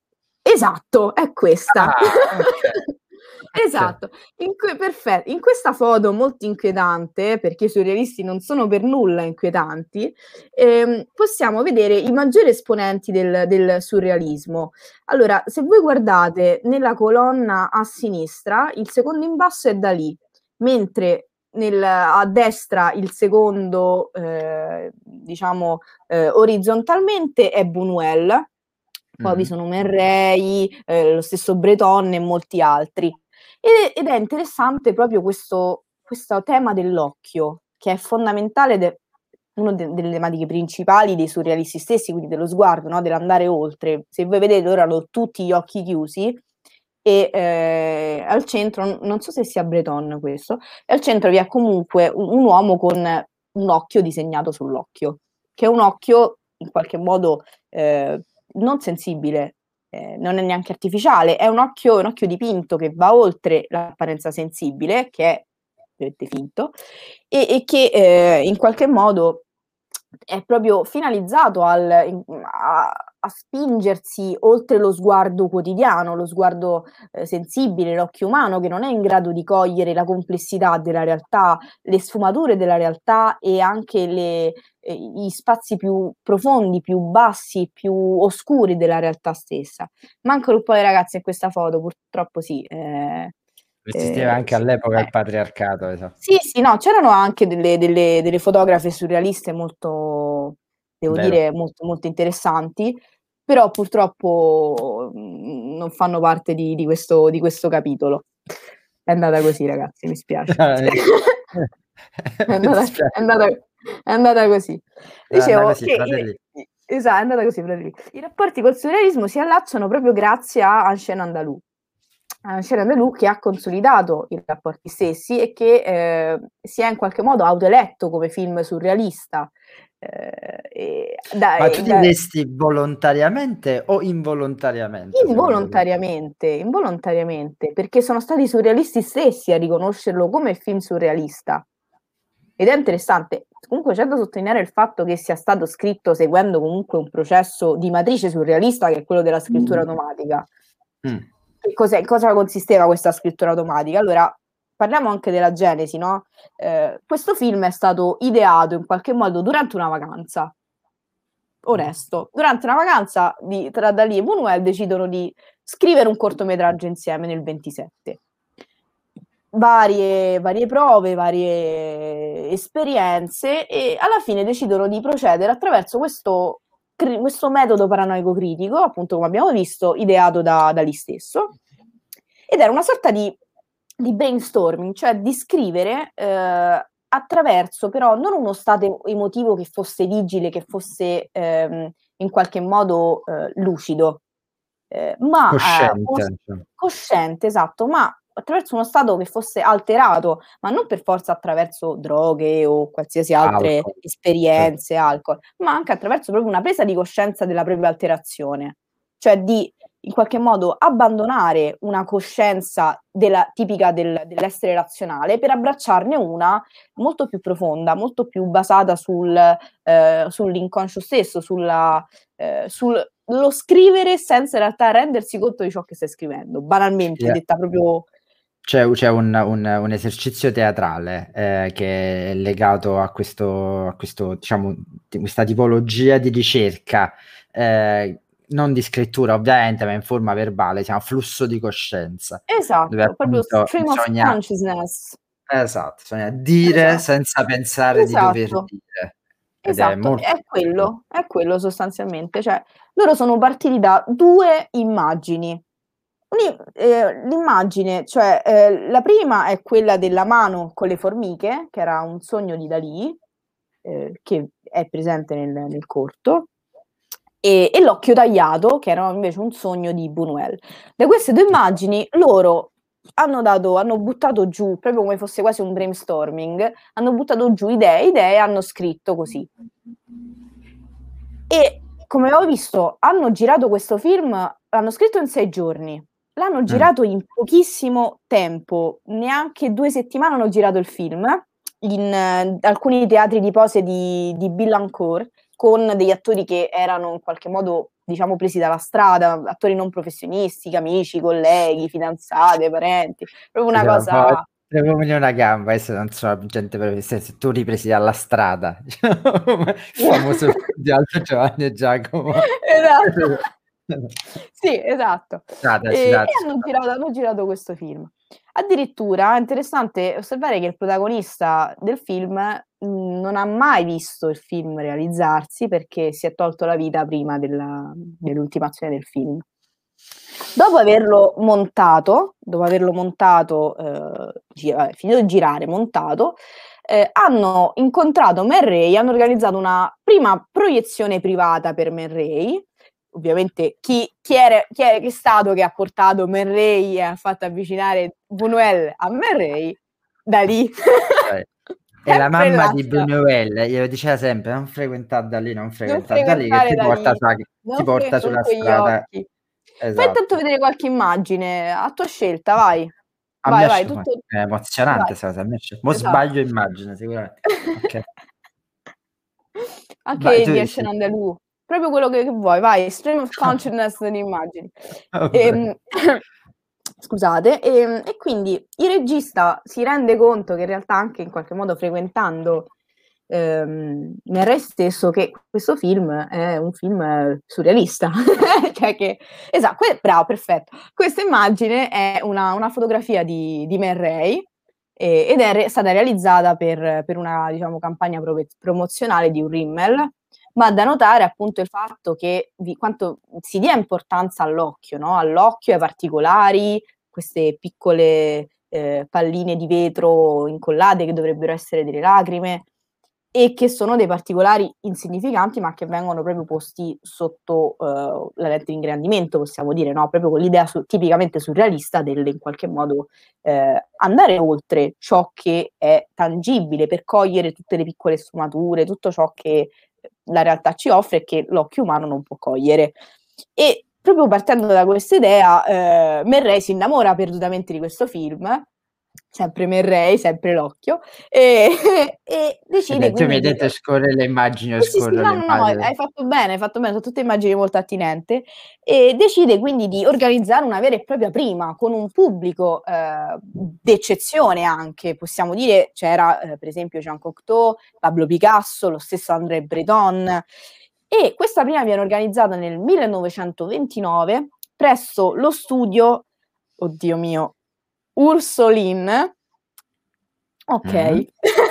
Esatto, è questa. Ah, ok. Ok. Esatto. In que- perfetto. In questa foto molto inquietante, perché i surrealisti non sono per nulla inquietanti, ehm, possiamo vedere i maggiori esponenti del, del surrealismo. Allora, se voi guardate nella colonna a sinistra, il secondo in basso è Dalì, mentre nel- a destra il secondo, eh, diciamo, eh, orizzontalmente è Buñuel, poi vi Mm. sono Man Ray, eh, lo stesso Breton e molti altri. Ed, ed è interessante proprio questo, questo tema dell'occhio, che è fondamentale ed è una de- delle tematiche principali dei surrealisti stessi, quindi dello sguardo, no? Dell'andare oltre. Se voi vedete, ora hanno tutti gli occhi chiusi e eh, al centro, non so se sia Breton questo, e al centro vi è comunque un, un uomo con un occhio disegnato sull'occhio, che è un occhio in qualche modo eh, non sensibile, eh, non è neanche artificiale, è un occhio, un occhio dipinto che va oltre l'apparenza sensibile, che è vedete, finto, e, e che eh, in qualche modo è proprio finalizzato al, a, a spingersi oltre lo sguardo quotidiano, lo sguardo eh, sensibile, l'occhio umano che non è in grado di cogliere la complessità della realtà, le sfumature della realtà e anche le, eh, gli spazi più profondi, più bassi, più oscuri della realtà stessa. Mancano un po' le ragazze in questa foto, purtroppo sì. Eh, Esisteva eh, anche sì, all'epoca il eh. patriarcato, esatto. Sì, sì, no, c'erano anche delle, delle, delle fotografe surrealiste molto, devo Vero. dire, molto, molto interessanti, però purtroppo mh, non fanno parte di, di questo, di questo capitolo. È andata così, ragazzi, mi spiace. È Mi andata, dispiace. è andata, è andata così. È andata Dicevo così, che fratelli. i- esatto, è andata così, fratelli. I rapporti col surrealismo si allacciano proprio grazie a Anshen Andalou. Anshen Andalou che ha consolidato i rapporti stessi e che eh, si è in qualche modo autoeletto come film surrealista. Eh, e da, Ma tu e da- diresti volontariamente o involontariamente, secondo te? involontariamente, involontariamente, perché sono stati i surrealisti stessi a riconoscerlo come film surrealista. Ed è interessante, comunque c'è da sottolineare il fatto che sia stato scritto seguendo comunque un processo di matrice surrealista che è quello della scrittura automatica. Mm. Che cos'è, in cosa consisteva questa scrittura automatica? Allora, parliamo anche della genesi, no? Eh, questo film è stato ideato in qualche modo durante una vacanza. Onesto, durante una vacanza di, tra Dalì e Buñuel decidono di scrivere un cortometraggio insieme nel ventisette. Varie, varie prove, varie esperienze e alla fine decidono di procedere attraverso questo, questo metodo paranoico critico, appunto come abbiamo visto, ideato da, da lui stesso, ed era una sorta di, di brainstorming, cioè di scrivere eh, attraverso però non uno stato emotivo che fosse vigile, che fosse ehm, in qualche modo eh, lucido, eh, ma eh, uno, Cosciente. Cioè. cosciente, esatto, ma attraverso uno stato che fosse alterato, ma non per forza attraverso droghe o qualsiasi altre Alcol. Cioè. esperienze, alcol, ma anche attraverso proprio una presa di coscienza della propria alterazione, cioè di in qualche modo abbandonare una coscienza della, tipica del, dell'essere razionale per abbracciarne una molto più profonda, molto più basata sul, eh, sull'inconscio stesso, sulla, eh, sullo scrivere senza in realtà rendersi conto di ciò che stai scrivendo, banalmente, Yeah. detta proprio c'è, c'è un, un, un esercizio teatrale eh, che è legato a questo, a questo, diciamo, questa tipologia di ricerca, eh, non di scrittura ovviamente, ma in forma verbale, si chiama flusso di coscienza, dove Esatto, proprio appunto stream of bisogna, consciousness. esatto, bisogna dire Esatto. senza pensare di dover Esatto. dire. Ed è Esatto, molto è bello. quello, è quello sostanzialmente, cioè loro sono partiti da due immagini. L'i ehm, l'immagine, cioè, ehm, la prima è quella della mano con le formiche, che era un sogno di Dalì, ehm, che è presente nel nel corto, e e l'occhio tagliato, che era invece un sogno di Buñuel. Da queste due immagini loro hanno dato hanno buttato giù, proprio come fosse quasi un brainstorming, hanno buttato giù idee, idee e hanno scritto così. E come avevo visto, hanno girato questo film l'hanno scritto in sei giorni, l'hanno Mh. girato in pochissimo tempo, neanche due settimane hanno girato il film, in alcuni teatri di pose di di Billancourt, con degli attori che erano in qualche modo, diciamo, presi dalla strada, attori non professionisti, amici, colleghi, fidanzate, parenti, proprio una cosa tre uomini e una gamba, adesso non sono gente per settori presi dalla strada, diciamo, il famoso film di Aldo, Giovanni e Giacomo. Esatto. Sì, esatto. Scusate, E e scusate, hanno scusate. girato hanno girato questo film. Addirittura è interessante osservare che il protagonista del film, mhmm, non ha mai visto il film realizzarsi perché si è tolto la vita prima della dell'ultimazione del film. Dopo averlo montato dopo averlo montato, uhm, gi vabbè, finito di girare, montato, ehm, hanno incontrato Man Ray, hanno organizzato una prima proiezione privata per Man Ray. Ovviamente chi chi ere chi è che è stato che ha portato Man Ray e ha fatto avvicinare Buñuel a Man Ray? Dalì. Okay. E la Sempre mamma là di sta. Buñuel glielo diceva sempre: "Non frequentà Dalì, non Non frequentà Dalì che frequentare ti porta Dalì, sa ti non fre porta con sulla quegli strada". occhi. Fai intanto Esatto. vedere qualche immagine a tua scelta, vai. A me Vai, vai, esce poi. tutto È emozionante vai. 'sta cosa, a me esce mo Esatto. sbaglio immagine sicuramente. Okay. Vai, Anche tu di dici. Ancient Andalù, proprio quello che che vuoi, vai, stream of consciousness delle immagini. Vabbè. Ehm, scusate, ehm, e quindi il regista si rende conto che in realtà anche in qualche modo frequentando, ehm, Man Ray stesso, che questo film è un film surrealista. Cioè che esa que bravo, perfetto. Questa immagine è una una fotografia di di Man Ray, e ed è re stata realizzata per per una, diciamo, campagna prove promozionale di un Rimmel, ma da notare appunto il fatto che di quanto si dia importanza all'occhio, no, all'occhio, ai particolari, queste piccole, ehm, palline di vetro incollate che dovrebbero essere delle lacrime e che sono dei particolari insignificanti, ma che vengono proprio posti sotto, uhm, la lente di ingrandimento, possiamo dire, no, proprio con l'idea su tipicamente surrealista del in qualche modo, ehm, andare oltre ciò che è tangibile per cogliere tutte le piccole sfumature, tutto ciò che la realtà ci offre e che l'occhio umano non può cogliere. E proprio partendo da questa idea, ehm, Man Ray si innamora perdutamente di questo film, sempre Man Ray, sempre l'occhio, e e E decide beh, tu mi quindi hai di detto scorre le immagini, io sì, sì, sì, scorro no, le no, no, immagini. hai fatto bene, hai fatto bene, so' tutte immagini molto attinente, e decide quindi di organizzare una vera e propria prima, con un pubblico, ehm, d'eccezione anche, possiamo dire, c'era, ehm, per esempio Jean Cocteau, Pablo Picasso, lo stesso André Breton, e questa prima viene organizzata nel millenovecentoventinove presso lo studio, oddio mio, Ursulin. Mh. Okay.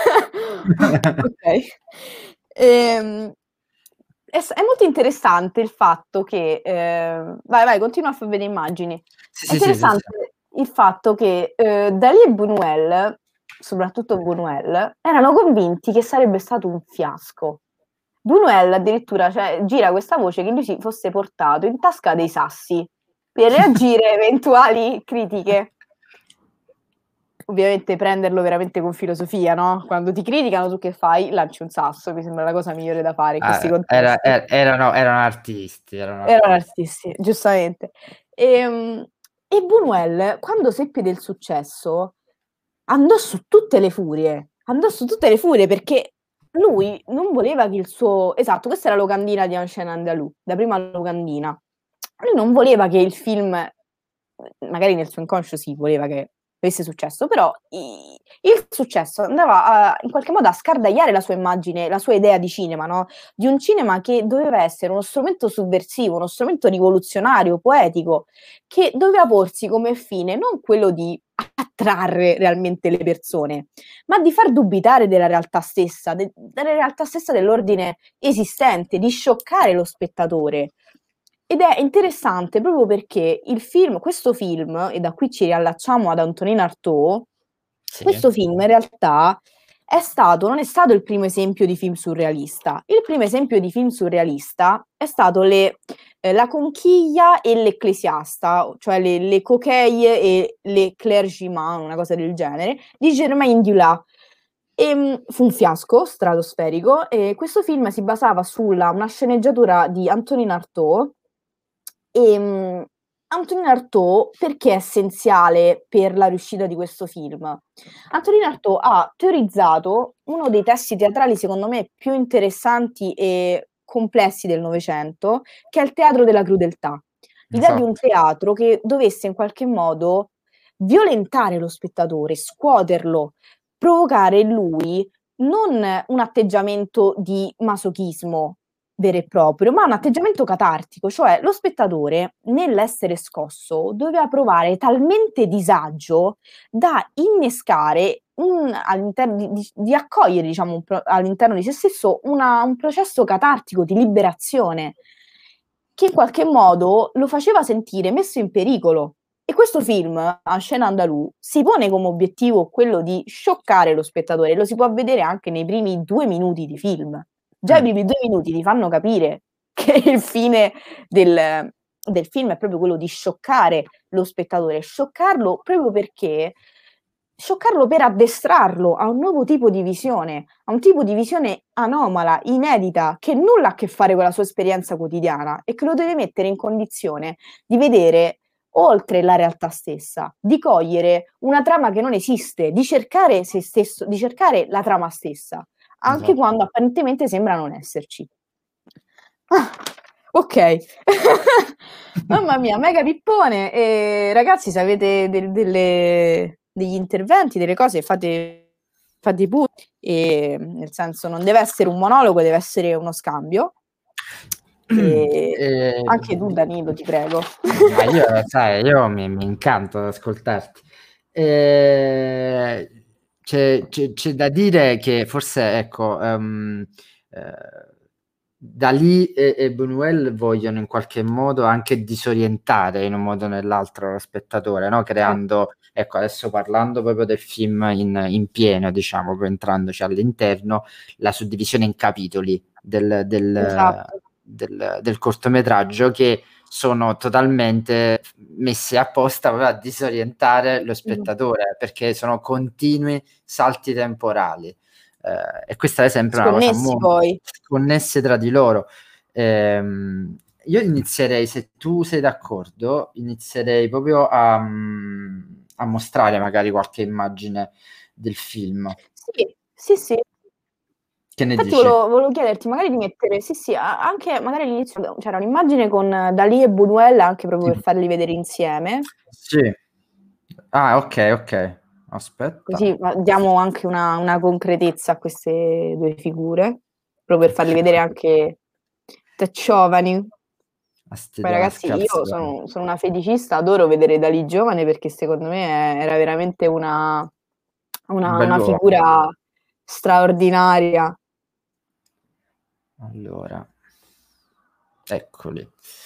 Okay. Ehm, è s è molto interessante il fatto che ehm, vai, vai, continua a far vedere immagini. Sì, È sì, sì, sì, sì. interessante il fatto che, ehm, Dalì e Buñuel, soprattutto Buñuel, erano convinti che sarebbe stato un fiasco. Buñuel addirittura, cioè, gira questa voce che lui si fosse portato in tasca dei sassi per reagire a eventuali critiche. Ovviamente prenderlo veramente con filosofia, no, quando ti criticano tu che fai? Lanci un sasso, mi sembra la cosa migliore da fare in questi Ah, era contesti. e erano erano artisti, erano Erano artisti. artisti, giustamente. Ehm, e Buñuel quando seppe del successo andò su tutte le furie, andò su tutte le furie perché lui non voleva che il suo esatto, questa è la locandina di Ancient Andalù, la prima locandina. Lui non voleva che il film magari nel suo inconscio sì, voleva che avesse successo, però i, il successo andava a, in qualche modo a scardagliare la sua immagine, la sua idea di cinema, no? Di un cinema che doveva essere uno strumento sovversivo, uno strumento rivoluzionario, poetico, che doveva porsi come fine non quello di attrarre realmente le persone, ma di far dubitare della realtà stessa, de- della realtà stessa dell'ordine esistente, di scioccare lo spettatore. Ed è interessante proprio perché il film, questo film, e da qui ci riallacciamo ad Antonin Artaud, Sì. questo film in realtà è stato, non è stato il primo esempio di film surrealista. Il primo esempio di film surrealista è stato le, eh, La conchiglia e l'ecclesiasta, cioè le, le coqueille e le clergyman, una cosa del genere, di Germain Dulas. E, mh, fu un fiasco stratosferico e questo film si basava sulla una sceneggiatura di Antonin Artaud. E, um, Antonin Artaud perché è essenziale per la riuscita di questo film? Antonin Artaud ha teorizzato uno dei testi teatrali secondo me più interessanti e complessi del Novecento, che è il teatro della crudeltà. L'idea di un Esatto. teatro che dovesse in qualche modo violentare lo spettatore, scuoterlo, provocare in lui non un atteggiamento di masochismo vero e proprio, ma un atteggiamento catartico, cioè lo spettatore nell'essere scosso doveva provare talmente disagio da innescare un, all'interno di, di, di accogliere diciamo un pro, all'interno di se stesso una, un processo catartico di liberazione che in qualche modo lo faceva sentire messo in pericolo. E questo film, A Scena Andalù, si pone come obiettivo quello di scioccare lo spettatore, lo si può vedere anche nei primi due minuti di film. Già i Mm. primi due minuti ti fanno capire che il fine del, del film è proprio quello di scioccare lo spettatore, scioccarlo proprio perché scioccarlo per addestrarlo a un nuovo tipo di visione, a un tipo di visione anomala, inedita, che nulla ha a che fare con la sua esperienza quotidiana e che lo deve mettere in condizione di vedere oltre la realtà stessa, di cogliere una trama che non esiste, di cercare se stesso, di cercare la trama stessa, anche Esatto. quando apparentemente sembra non esserci. Ah, ok, mamma mia, mega pippone. E ragazzi, se avete del- delle, degli interventi, delle cose, fate, fate pure. E, nel senso, non deve essere un monologo, deve essere uno scambio. E Eh, anche tu, Danilo, ti prego. ma io, sai, io mi, mi incanto ad ascoltarti. Eh, c'è, c'è- c'è da dire che forse, ecco, ehm, eh, Dalì e, e Buñuel vogliono in qualche modo anche disorientare in un modo o nell'altro lo spettatore, no? Creando, ecco, adesso parlando proprio del film in, in pieno, diciamo, poi entrandoci all'interno, la suddivisione in capitoli del, del, Esatto. del, del cortometraggio che sono totalmente messe apposta proprio a disorientare lo spettatore perché sono continui salti temporali. Eh, e questa è sempre una cosa Sconnessi molto poi. connesse tra di loro. Ehm, io inizierei, se tu sei d'accordo, inizierei proprio a, a mostrare magari qualche immagine del film. Sì, sì, sì. Che ne Infatti dici? volevo, volevo chiederti magari di mettere, sì, sì, a- anche magari all'inizio c'era un'immagine con eh, Dalì e Buñuel anche proprio per Sì. farli vedere insieme, Sì. Ah, ok, ok. Aspetta. così ma- diamo anche una, una concretezza a queste due figure, proprio per farli vedere anche da giovani. A sti Poi due ragazzi, io scarsoni. sono, sono una feticista, adoro vedere Dalì giovane perché secondo me è- era veramente una, Un una, una bell'uomo. figura straordinaria. Allora, eccoli.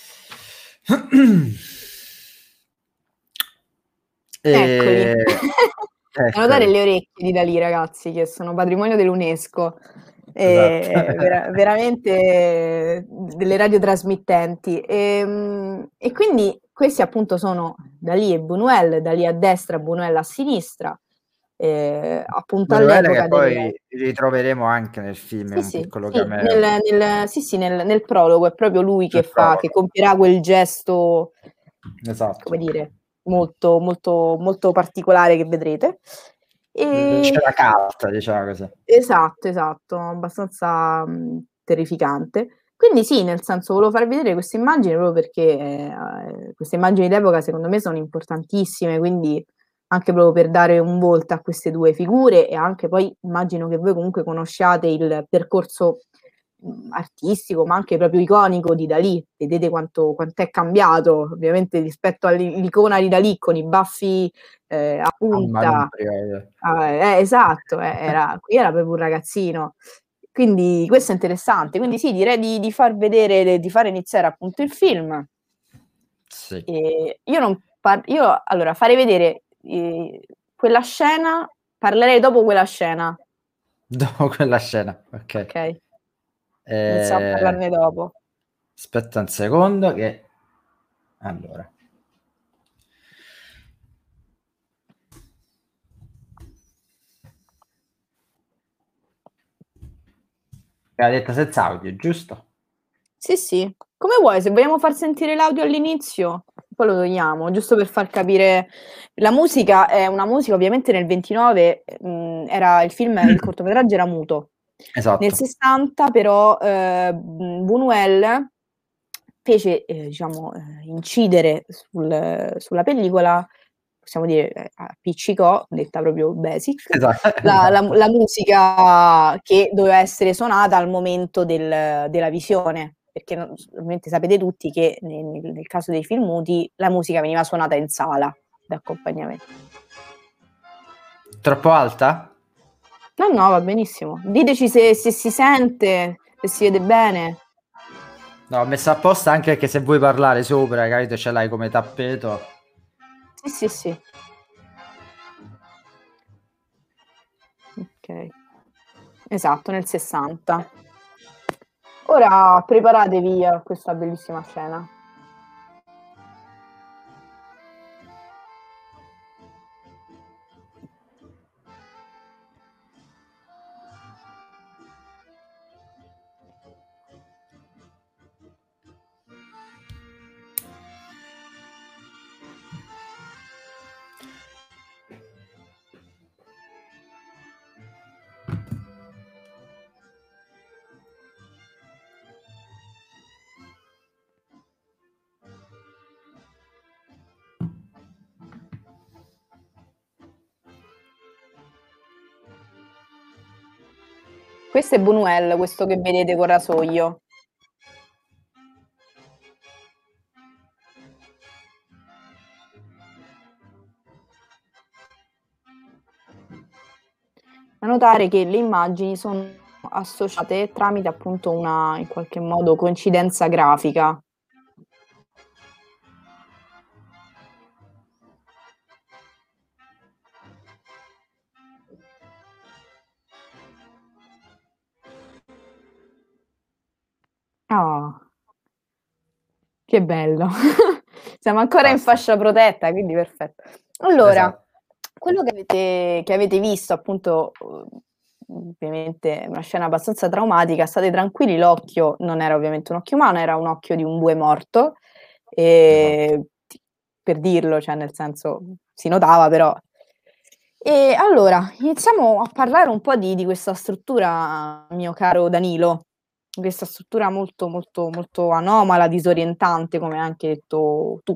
Eccoli. E... Da notare Eccoli. le orecchie di Dalì, ragazzi, che sono patrimonio dell'UNESCO. Esatto. Eh, vera- veramente delle radiotrasmittenti. E, e quindi questi appunto sono Dalì e Buñuel, Dalì a destra, Buñuel a sinistra, eh, appunto Manuela che all'epoca poi del... ritroveremo anche nel film in Sì, un sì, piccolo sì, cameo nel, nel- sì, sì, nel- nel prologo è proprio lui che nel fa, che prologo. compierà quel gesto, Esatto. come dire, molto, molto, molto particolare che vedrete. E... Scena calda, diciamo così. Esatto, esatto, abbastanza mh, terrificante. Quindi sì, nel senso, volevo farvi vedere queste immagini proprio perché eh, queste immagini d'epoca secondo me sono importantissime, quindi anche proprio per dare un volto a queste due figure e anche poi immagino che voi comunque conosciate il percorso mh, artistico, ma anche proprio iconico di Dalì. Vedete quanto è cambiato, ovviamente, rispetto all'icona di Dalì con i baffi eh, a punta. Ah, eh, esatto, eh, era, qui era proprio un ragazzino. Quindi questo è interessante. Quindi sì, direi di, di far vedere, di far iniziare appunto il film. Sì. E io non par- io allora farei vedere eh, quella scena, parlerei dopo quella scena. Dopo quella scena, ok. Ok. Iniziamo a Eh, parlarne dopo. aspetta un secondo che... Allora. L'ha detta senza audio, giusto? Sì, sì. Come vuoi, se vogliamo far sentire l'audio all'inizio, poi lo togliamo, giusto per far capire. La musica è una musica, ovviamente nel ventinove mh, era il film, il cortometraggio era muto. Esatto. Nel sessanta però eh, Buñuel fece, eh, diciamo, eh, incidere sul- sulla pellicola, possiamo dire, eh, appiccicò, detta proprio basic, Esatto. la, la- Esatto. la musica che doveva essere suonata al momento del- della visione, perché non- ovviamente sapete tutti che nel, nel caso dei film muti la musica veniva suonata in sala d'accompagnamento. Troppo alta? No, no, va benissimo. Diteci se, se si sente, se si vede bene. No, ho messo apposta anche perché se vuoi parlare sopra, capito, ce l'hai come tappeto. Sì, sì, sì. Ok. Esatto, nel sessanta. Ora preparatevi a questa bellissima scena. Questo è Buñuel, questo che vedete con rasoio. Da notare che le immagini sono associate tramite appunto una, in qualche modo, coincidenza grafica. Oh, che bello. Siamo ancora in Basta. fascia protetta, quindi perfetto. Allora, Esatto. quello che avete, che avete visto, appunto, ovviamente è una scena abbastanza traumatica, state tranquilli, l'occhio non era ovviamente un occhio umano, era un occhio di un bue morto, e, Esatto. per dirlo, cioè nel senso si notava però. E allora, iniziamo a parlare un po' di, di questa struttura, mio caro Danilo, questa struttura molto, molto, molto anomala, disorientante, come hai anche detto tu,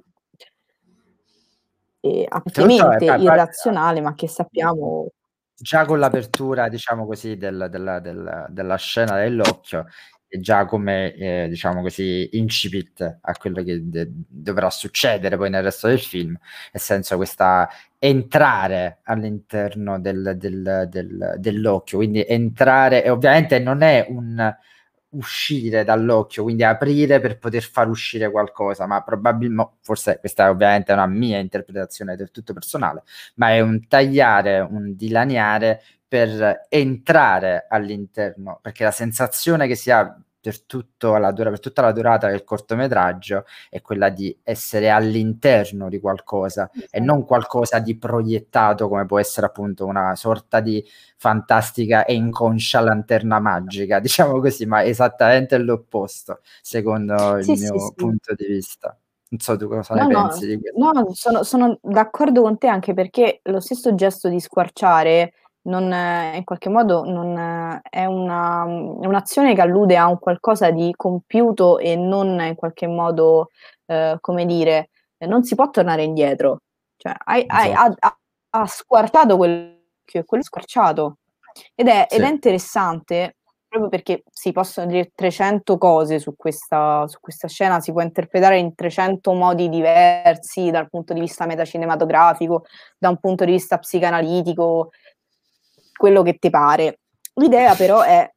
e Oltretutto, eh, apparentemente pa- pa- irrazionale, ma che sappiamo. già con l'apertura, diciamo così, del- della, della- della scena dell'occhio, è già come, eh, diciamo così, incipit a quello che de- dovrà succedere poi nel resto del film, nel senso questa entrare all'interno del- del- del- dell'occhio, quindi entrare, e ovviamente non è un uscire dall'occhio, quindi aprire per poter far uscire qualcosa, ma probabilmente, forse questa è ovviamente una mia interpretazione del tutto personale, ma è un tagliare, un dilaniare per entrare all'interno, perché la sensazione che si ha per, tutto la dura, per tutta la durata del cortometraggio è quella di essere all'interno di qualcosa e non qualcosa di proiettato come può essere appunto una sorta di fantastica e inconscia lanterna magica, diciamo così, ma esattamente l'opposto, secondo il Sì, sì, mio sì. punto di vista. Non so tu cosa ne No, no, pensi di questo. no, sono, sono d'accordo con te anche perché lo stesso gesto di squarciare non, eh, in qualche modo non, eh, è una, è un'azione che allude a un qualcosa di compiuto e non in qualche modo, eh, come dire, eh, non si può tornare indietro. Cioè, hai, hai- Esatto. ha, ha ha squartato quel che quello squarciato. Ed è ed è Sì. interessante proprio perché si possono dire trecento cose su questa su questa scena, si può interpretare in trecento modi diversi dal punto di vista metacinematografico, da un punto di vista psicanalitico, quello che te pare. L'idea però è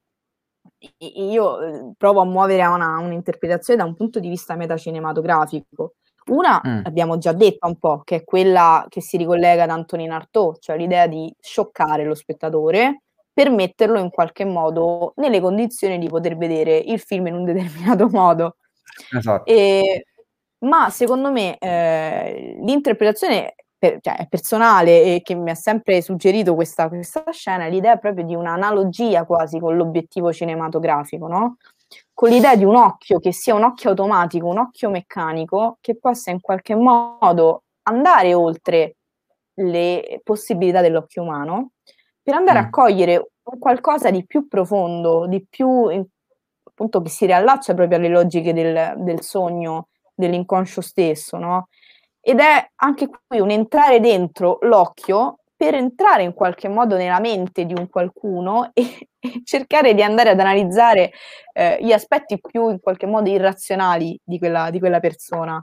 i io, uhm, provo a muovere a una un'interpretazione da un punto di vista metacinematografico. Una Mh. abbiamo già detta un po', che è quella che si ricollega ad Antonin Artaud, cioè l'idea di scioccare lo spettatore per metterlo in qualche modo nelle condizioni di poter vedere il film in un determinato modo. Esatto. Ehm, ma secondo me, ehm, l'interpretazione per cioè è personale e che mi ha sempre suggerito questa questa scena, è l'idea proprio di un'analogia quasi con l'obiettivo cinematografico, no, con l'idea di un occhio che sia un occhio automatico, un occhio meccanico, che possa in qualche modo andare oltre le possibilità dell'occhio umano, per andare a Mh. cogliere un qualcosa di più profondo, di più in appunto che si riallaccia proprio alle logiche del del sogno, dell'inconscio stesso, no, ed è anche qui un entrare dentro l'occhio per entrare in qualche modo nella mente di un qualcuno e e cercare di andare ad analizzare, ehm, gli aspetti più in qualche modo irrazionali di quella di quella persona.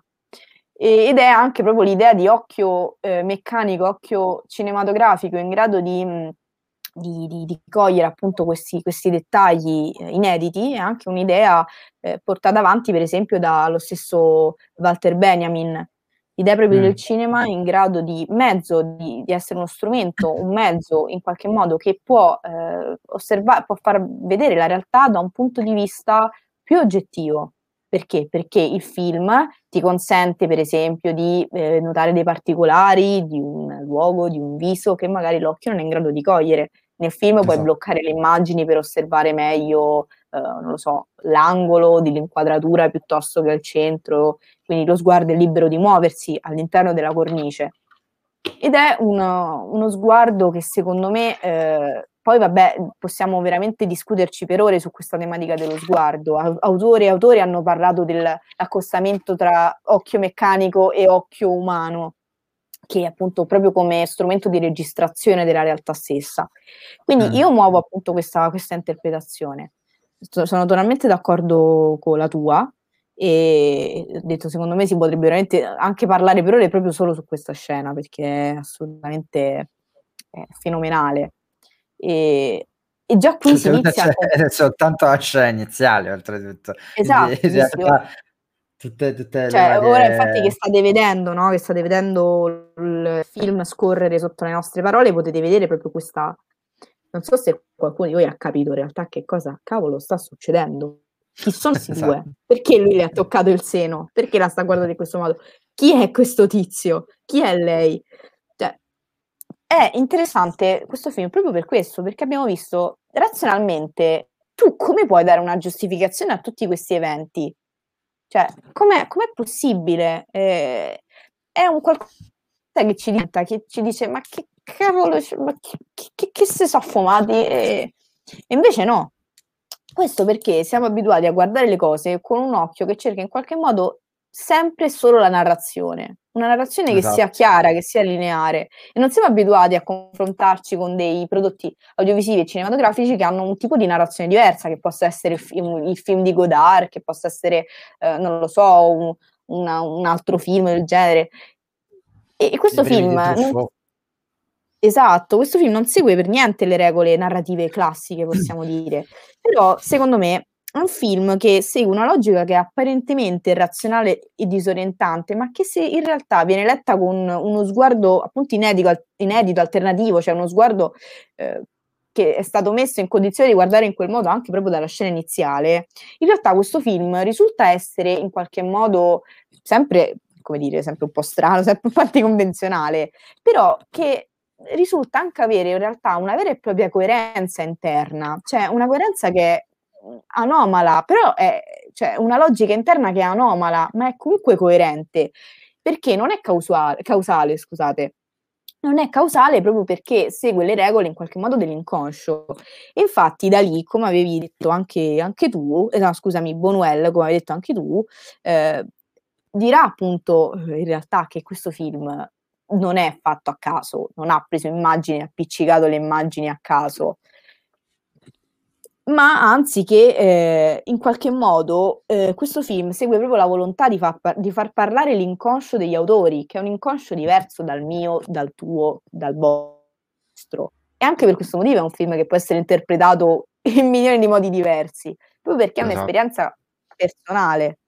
E ed è anche proprio l'idea di occhio, ehm, meccanico, occhio cinematografico in grado di mhmm, di di di cogliere appunto questi questi dettagli, ehm, inediti, è anche un'idea, ehm, portata avanti per esempio dallo stesso Walter Benjamin. L'idea proprio del Mh. cinema in grado di mezzo di di essere uno strumento, un mezzo in qualche modo che può, ehm, osserva può far vedere la realtà da un punto di vista più oggettivo. Perché? Perché il film ti consente per esempio di, ehm, notare dei particolari di un luogo, di un viso che magari l'occhio non è in grado di cogliere. Nel film puoi Esa bloccare le immagini per osservare meglio, uhm, non lo so, l'angolo dell'inquadratura piuttosto che il centro, quindi lo sguardo è libero di muoversi all'interno della cornice. Ed è un uno sguardo che secondo me, ehm, poi vabbè, possiamo veramente discuterci per ore su questa tematica dello sguardo. Au autori e autori hanno parlato dell'accostamento tra occhio meccanico e occhio umano, che appunto proprio come strumento di registrazione della realtà stessa. Quindi Mh. io muovo appunto questa questa interpretazione. Sto sono totalmente d'accordo con la tua e ho detto secondo me si potrebbe veramente anche parlare per ore proprio solo su questa scena, perché è assolutamente è fenomenale. E e già qui si inizia a com C'è soltanto la scena iniziale oltretutto, quindi esatto, in sì, sì, ora realtà tutte tutte le cioè ora infatti che varie state vedendo, no, che state vedendo il film scorrere sotto le nostre parole, potete vedere proprio questa non so se qualcuno di voi ha capito in realtà che cosa cavolo sta succedendo. Chi sono 'sti esa due? Perché lui le ha toccato il seno? Perché la sta guardando in questo modo? Chi è questo tizio? Chi è lei? Cioè, è interessante questo film proprio per questo, perché abbiamo visto razionalmente tu come puoi dare una giustificazione a tutti questi eventi? Cioè, com'è com'è possibile? Ehm, è un qualcosa che ci diventa che ci dice: "Ma che cavolo c ma che che che se so' fumati?" E e invece no. Questo perché siamo abituati a guardare le cose con un occhio che cerca in qualche modo sempre e solo la narrazione. Una narrazione che sia esatto. chiara, che sia lineare e non siamo abituati a confrontarci con dei prodotti audiovisivi e cinematografici che hanno un tipo di narrazione diversa, che possa essere il film il film di Godard, che possa essere, ehm, non lo so, un una un altro film del genere. E e I questo primi film di non Truffaut. esatto, questo film non segue per niente le regole narrative classiche, possiamo dire, però secondo me è un film che segue una logica che è apparentemente irrazionale e disorientante, ma che se in realtà viene letta con uno sguardo appunto inedico al inedito, alternativo, cioè uno sguardo, ehm, che è stato messo in condizione di guardare in quel modo anche proprio dalla scena iniziale, in realtà questo film risulta essere in qualche modo sempre, come dire, sempre un po' strano, sempre un po' anticonvenzionale, però che risulta anche avere in realtà una vera e propria coerenza interna, cioè una coerenza che è, mhmm, anomala, però è cioè una logica interna che è anomala, ma è comunque coerente, perché non è causua causale, scusate. Non è causale proprio perché segue le regole in qualche modo dell'inconscio. E infatti da lì, come avevi detto anche anche tu, ehm, no scusami, Buñuel, come hai detto anche tu, ehm, dirà appunto, uhm, in realtà che questo film non è fatto a caso, non ha preso immagini, ha appiccicato le immagini a caso, ma anzi che eh, in qualche modo eh, questo film segue proprio la volontà di, fa- di far parlare l'inconscio degli autori, che è un inconscio diverso dal mio, dal tuo, dal vostro. E anche per questo motivo è un film che può essere interpretato in milioni di modi diversi, proprio perché è Esatto. un'esperienza personale.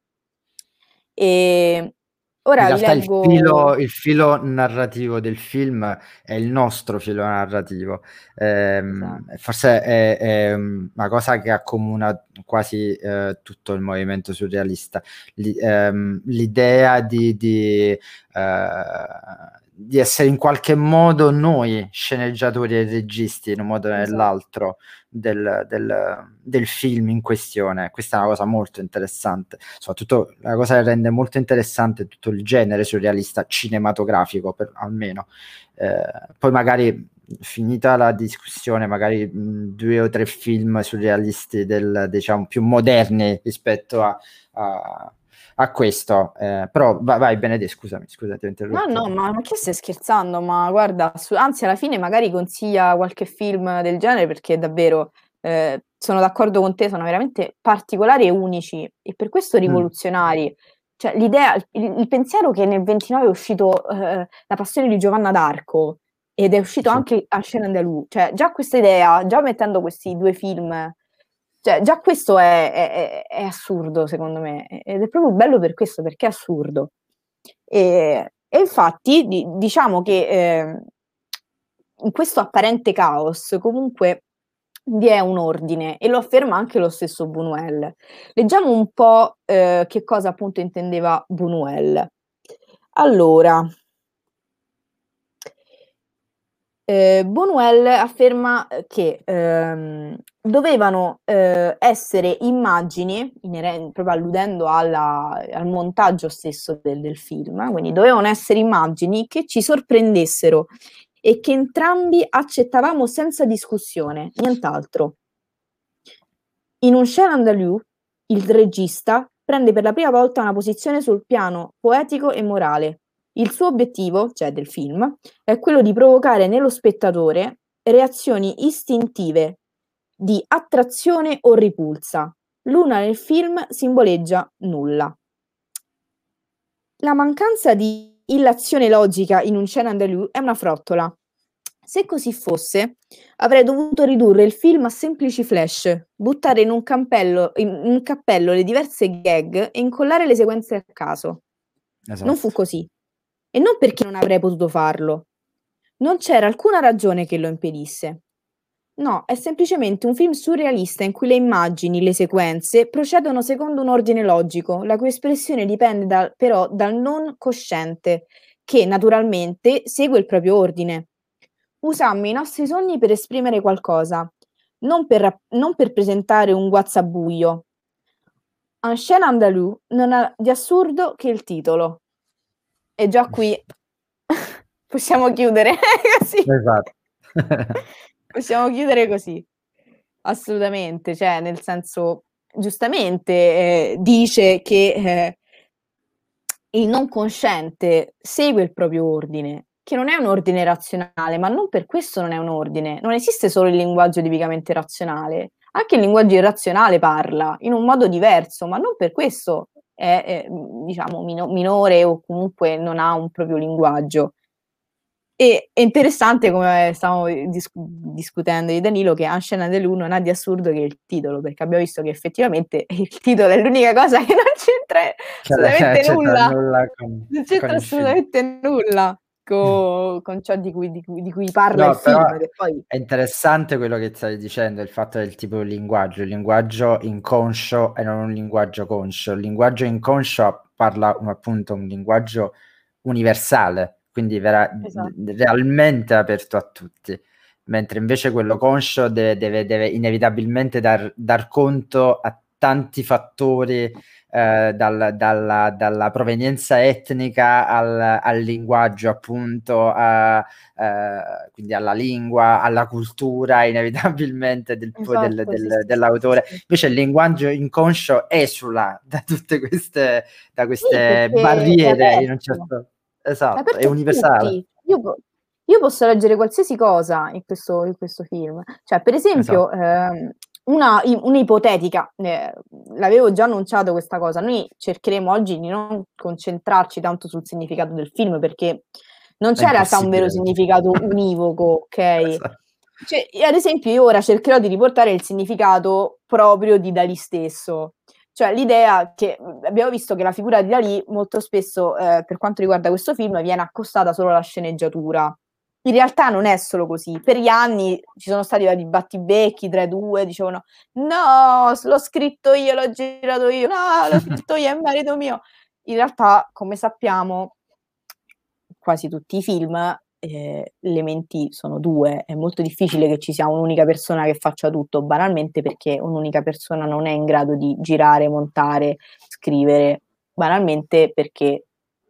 E ora In vi realtà il leggo... filo, il filo narrativo del film è il nostro filo narrativo. Ehm, Esatto. Forse è, è una cosa che accomuna quasi eh, tutto il movimento surrealista. L'i- ehm, l'idea di, di, eh, di essere in qualche modo noi, sceneggiatori e registi, in un modo o Esatto. nell'altro, del, del, del film in questione. Questa è una cosa molto interessante, soprattutto la cosa che rende molto interessante tutto il genere surrealista cinematografico, per, almeno eh, poi magari finita la discussione, magari mh, due o tre film surrealisti del, diciamo, più moderni rispetto a, a, a questo, eh, però vai, vai Benedetto, scusami, scusate, ho No, interrotto. no, ma, ma che stai scherzando? Ma guarda, su- anzi, alla fine magari consiglia qualche film del genere perché davvero eh, sono d'accordo con te, sono veramente particolari e unici e per questo Mm, rivoluzionari. Cioè, l'idea, il, il pensiero che nel ventinove è uscito eh, La passione di Giovanna d'Arco ed è uscito sì. anche Ascena Andalù, cioè già questa idea, già mettendo questi due film, cioè già questo è, è- è- è assurdo secondo me ed è proprio bello per questo, perché è assurdo. E, e infatti di- diciamo che eh, in questo apparente caos comunque vi è un ordine e lo afferma anche lo stesso Buñuel. Leggiamo un po' eh, che cosa appunto intendeva Buñuel. Allora, eh, Buñuel afferma che ehm, dovevano eh, essere immagini, ineren- proprio alludendo alla- al montaggio stesso del, del film, quindi dovevano essere immagini che ci sorprendessero e che entrambi accettavamo senza discussione, nient'altro. In Un Chien andalou, il regista prende per la prima volta una posizione sul piano poetico e morale. Il suo obiettivo, cioè del film, è quello di provocare nello spettatore reazioni istintive di attrazione o ripulsa. L'una nel film simboleggia nulla. La mancanza di illazione logica in Un Chien andalou è una frottola. Se così fosse, avrei dovuto ridurre il film a semplici flash, buttare in un, campello, in un cappello le diverse gag e incollare le sequenze a caso. Non fu Esatto. così. E non perché non avrei potuto farlo. Non c'era alcuna ragione che lo impedisse. No, è semplicemente un film surrealista in cui le immagini, le sequenze, procedono secondo un ordine logico, la cui espressione dipende da- però dal non cosciente, che naturalmente segue il proprio ordine. Usammo i nostri sogni per esprimere qualcosa, non per, rap- non per presentare un guazzabuglio. Un chien andalou non ha di assurdo che il titolo. E già qui possiamo chiudere così. Esatto. Possiamo chiudere così. Assolutamente, cioè nel senso, giustamente eh, dice che eh, il non cosciente segue il proprio ordine, che non è un ordine razionale, ma non per questo non è un ordine. Non esiste solo il linguaggio tipicamente razionale, anche il linguaggio irrazionale parla in un modo diverso, ma non per questo è, è, diciamo, mino- minore o comunque non ha un proprio linguaggio. E è interessante come stavamo dis- discutendo di Danilo che Un Chien andalou non ha di assurdo che il titolo, perché abbiamo visto che effettivamente il titolo è l'unica cosa che non c'entra Cioè, assolutamente c'entra nulla, nulla con, non con c'entra il film. assolutamente nulla co- con, ciò di cui, di cui- di cui parla il No, però film, che poi è interessante quello che stai dicendo, il fatto del tipo di linguaggio, il linguaggio inconscio e non un linguaggio conscio. Il linguaggio inconscio parla appunto un linguaggio universale, quindi vera- esatto, realmente aperto a tutti, mentre invece quello conscio deve, deve- deve inevitabilmente dar, dar conto a tanti fattori, eh, dal- dalla, dalla provenienza etnica al, al linguaggio, appunto, a eh, quindi alla lingua, alla cultura, inevitabilmente del, del- esatto, sì, del- sì, sì, sì, dell'autore. sì. Invece il linguaggio inconscio esula da tutte queste, da Sì, queste perché è barriere in un aperto, certo... è Esatto, è aperto a universale. tutti. io, po- io posso leggere qualsiasi cosa in questo, in questo film. Cioè, per esempio, Esatto. ehm, una, i- un'ipotetica, eh, l'avevo già annunciato questa cosa, noi cercheremo oggi di non concentrarci tanto sul significato del film perché non È c'è in realtà un vero impossibile. significato univoco, ok? Esatto. Cioè, ad esempio, io ora cercherò di riportare il significato proprio di Dalì stesso. Cioè l'idea che abbiamo visto che la figura di Dalì molto spesso, eh, per quanto riguarda questo film, viene accostata solo alla sceneggiatura. In realtà non è solo così. Per gli anni ci sono stati vari battibecchi tra i due, dicevano no, l'ho scritto io, l'ho girato io, no, l'ho scritto io, è merito mio. In realtà, come sappiamo, quasi tutti i film, eh, le menti sono due, è molto difficile che ci sia un'unica persona che faccia tutto, banalmente perché un'unica persona non è in grado di girare, montare, scrivere, banalmente perché,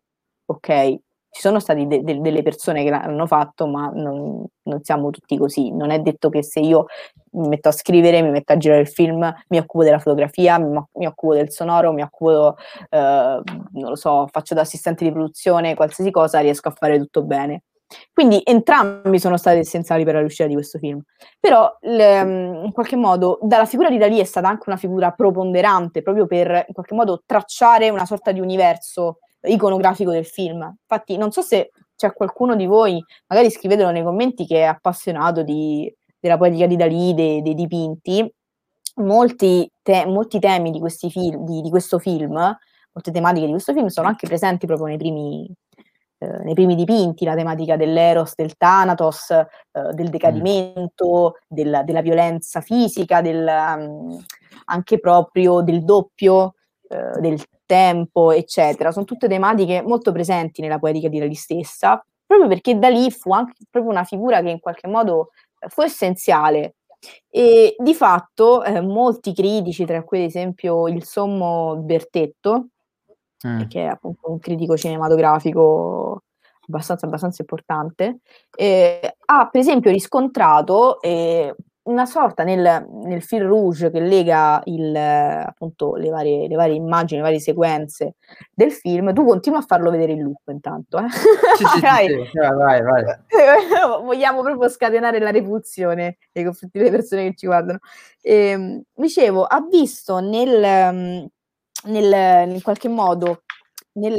ok, ci sono state de- de- delle persone che l'hanno fatto, ma non, non siamo tutti così. Non è detto che se io mi metto a scrivere, mi metto a girare il film, mi occupo della fotografia, mi, mi occupo del sonoro, mi occupo, eh, non lo so, faccio da assistente di produzione, qualsiasi cosa, riesco a fare tutto bene. Quindi entrambi sono stati essenziali per la riuscita di questo film. Però le, in qualche modo dalla figura di Dalì è stata anche una figura preponderante proprio per in qualche modo tracciare una sorta di universo iconografico del film. Infatti non so se c'è qualcuno di voi, magari scrivetelo nei commenti, che è appassionato di, della poetica di Dalì, dei, dei dipinti. Molti, te, molti temi di, questi film, di, di questo film, molte tematiche di questo film sono anche presenti proprio nei primi, eh, nei primi dipinti, la tematica dell'eros, del thanatos, eh, del Mm. decadimento, del, della violenza fisica, del, um, anche proprio del doppio, eh, del tempo, eccetera. Sono tutte tematiche molto presenti nella poetica di Dalì stessa, proprio perché Dalì fu anche proprio una figura che in qualche modo fu essenziale. E di fatto eh, molti critici, tra cui ad esempio il sommo Bertetto, Mm. che è appunto un critico cinematografico abbastanza, abbastanza importante, eh, ha per esempio riscontrato eh, una sorta nel, nel fil rouge che lega il, appunto, le varie, le varie immagini, le varie sequenze del film. Tu continua a farlo vedere in loop intanto, eh? Sì, sì, sì, Vai. sì, vai, vai, vai. Vogliamo proprio scatenare la repulsione nei confronti delle persone che ci guardano. E, dicevo, ha visto nel, nel, in qualche modo nel,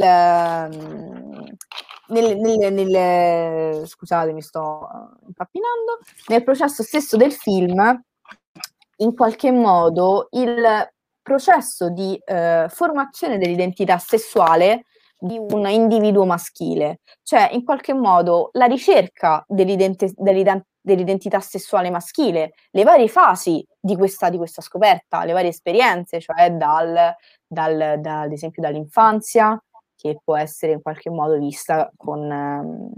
nel, nel, nel scusate, mi sto impappinando, nel processo stesso del film, in qualche modo il processo di eh, formazione dell'identità sessuale di un individuo maschile, cioè in qualche modo la ricerca dell'identi- dell'ident- dell'identità sessuale maschile, le varie fasi di questa, di questa scoperta, le varie esperienze, cioè dal, dal, da, ad esempio dall'infanzia, che può essere in qualche modo vista con, ehm,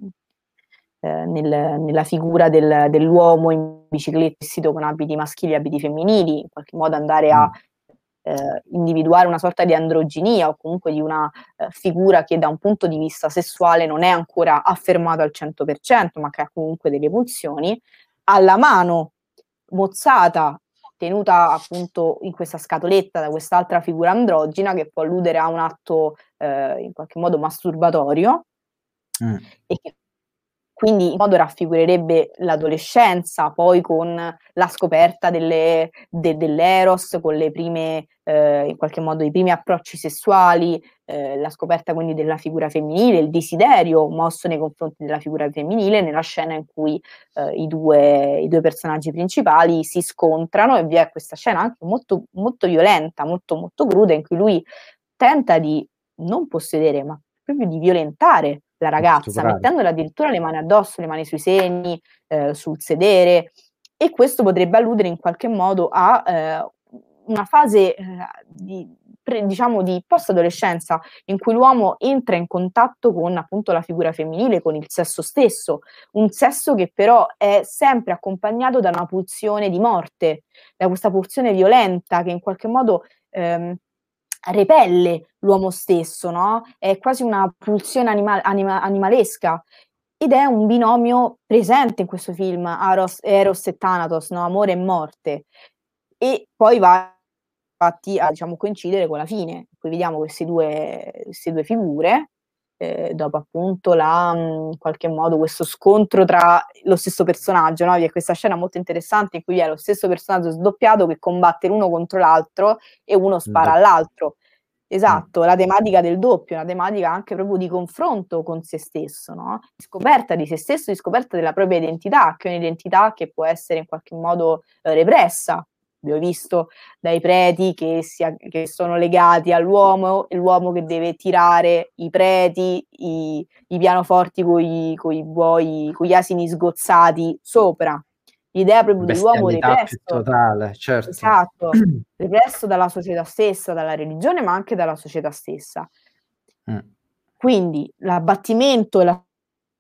eh, nel, nella figura del, dell'uomo in bicicletta vestito con abiti maschili e abiti femminili, in qualche modo andare a Mm. eh, individuare una sorta di androginia o comunque di una eh, figura che da un punto di vista sessuale non è ancora affermata al cento per cento, ma che ha comunque delle pulsioni, alla mano mozzata, tenuta appunto in questa scatoletta da quest'altra figura androgina che può alludere a un atto eh, in qualche modo masturbatorio Mm. e che quindi in modo raffigurerebbe l'adolescenza, poi con la scoperta delle, de, dell'eros, con le prime, eh, in qualche modo, i primi approcci sessuali, eh, la scoperta quindi della figura femminile, il desiderio mosso nei confronti della figura femminile, nella scena in cui eh, i, due, i due personaggi principali si scontrano e vi è questa scena anche molto, molto violenta, molto, molto cruda, in cui lui tenta di non possedere, ma proprio di violentare la ragazza, Stuprare. mettendole addirittura le mani addosso, le mani sui seni, eh, sul sedere, e questo potrebbe alludere in qualche modo a eh, una fase eh, di, pre, diciamo di post-adolescenza in cui l'uomo entra in contatto con appunto la figura femminile, con il sesso stesso, un sesso che però è sempre accompagnato da una pulsione di morte, da questa pulsione violenta che in qualche modo ehm, repelle l'uomo stesso, no? È quasi una pulsione anima- anima- animalesca ed è un binomio presente in questo film, Eros, Eros e Thanatos, no? Amore e morte. E poi va infatti a diciamo, coincidere con la fine, in cui vediamo queste due, queste due figure eh, dopo appunto la, mh, in qualche modo questo scontro tra lo stesso personaggio, no? Vi è questa scena molto interessante in cui vi è lo stesso personaggio sdoppiato che combatte l'uno contro l'altro e uno spara all'altro. Esatto, la tematica del doppio, una tematica anche proprio di confronto con se stesso, no? Di scoperta di se stesso, di scoperta della propria identità, che è un'identità che può essere in qualche modo eh, repressa. Abbiamo visto dai preti che, si, che sono legati all'uomo, e l'uomo che deve tirare i preti, i, i pianoforti con i buoi, con gli asini sgozzati sopra. L'idea proprio dell'uomo Bestialità più represso. totale, certo. Esatto, represso dalla società stessa, dalla religione, ma anche dalla società stessa. Mm. Quindi l'abbattimento e la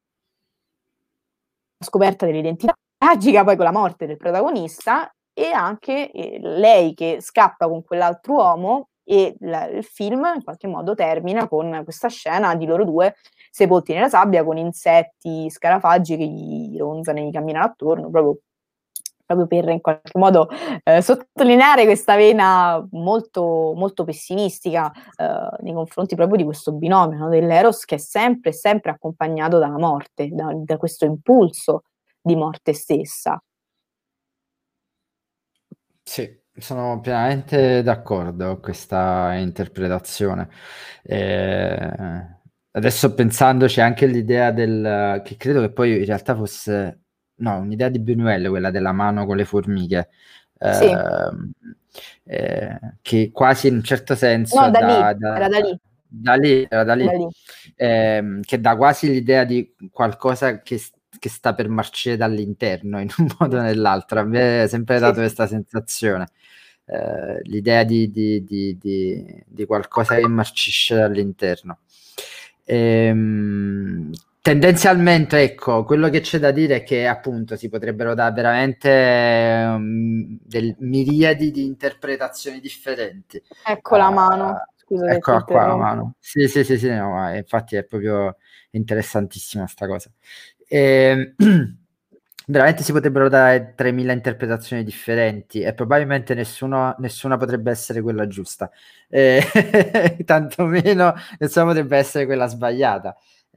scoperta dell'identità tragica poi con la morte del protagonista e anche eh, lei che scappa con quell'altro uomo e la, il film in qualche modo termina con questa scena di loro due sepolti nella sabbia con insetti, scarafaggi che gli ronzano e gli camminano attorno, proprio proprio per in qualche modo eh, sottolineare questa vena molto, molto pessimistica eh, nei confronti proprio di questo binomio, no, dell'Eros che è sempre, sempre accompagnato dalla morte, da, da questo impulso di morte stessa. Sì, sono pienamente d'accordo con questa interpretazione. Eh, adesso pensandoci anche l'idea del... che credo che poi in realtà fosse... No, un'idea di Buñuel, quella della mano con le formiche. Eh, sì. eh, che quasi in un certo senso... No, da, da, lì, da, era da lì. Da lì, era da lì. Da lì. Eh, che dà quasi l'idea di qualcosa che che sta per marcire dall'interno in un modo o nell'altro. A me è sempre dato sì, questa sì. sensazione, eh, l'idea di, di, di, di, di qualcosa che marcisce dall'interno. Ehm, tendenzialmente, ecco, quello che c'è da dire è che appunto si potrebbero dare veramente um, del, miriadi di interpretazioni differenti. Ecco uh, la mano. Scusa, eccola qua la mano. Sì, sì, sì, sì, no, ma infatti è proprio interessantissima sta cosa. E, veramente si potrebbero dare tremila interpretazioni differenti e probabilmente nessuno, nessuna potrebbe essere quella giusta, eh, tantomeno nessuna potrebbe essere quella sbagliata.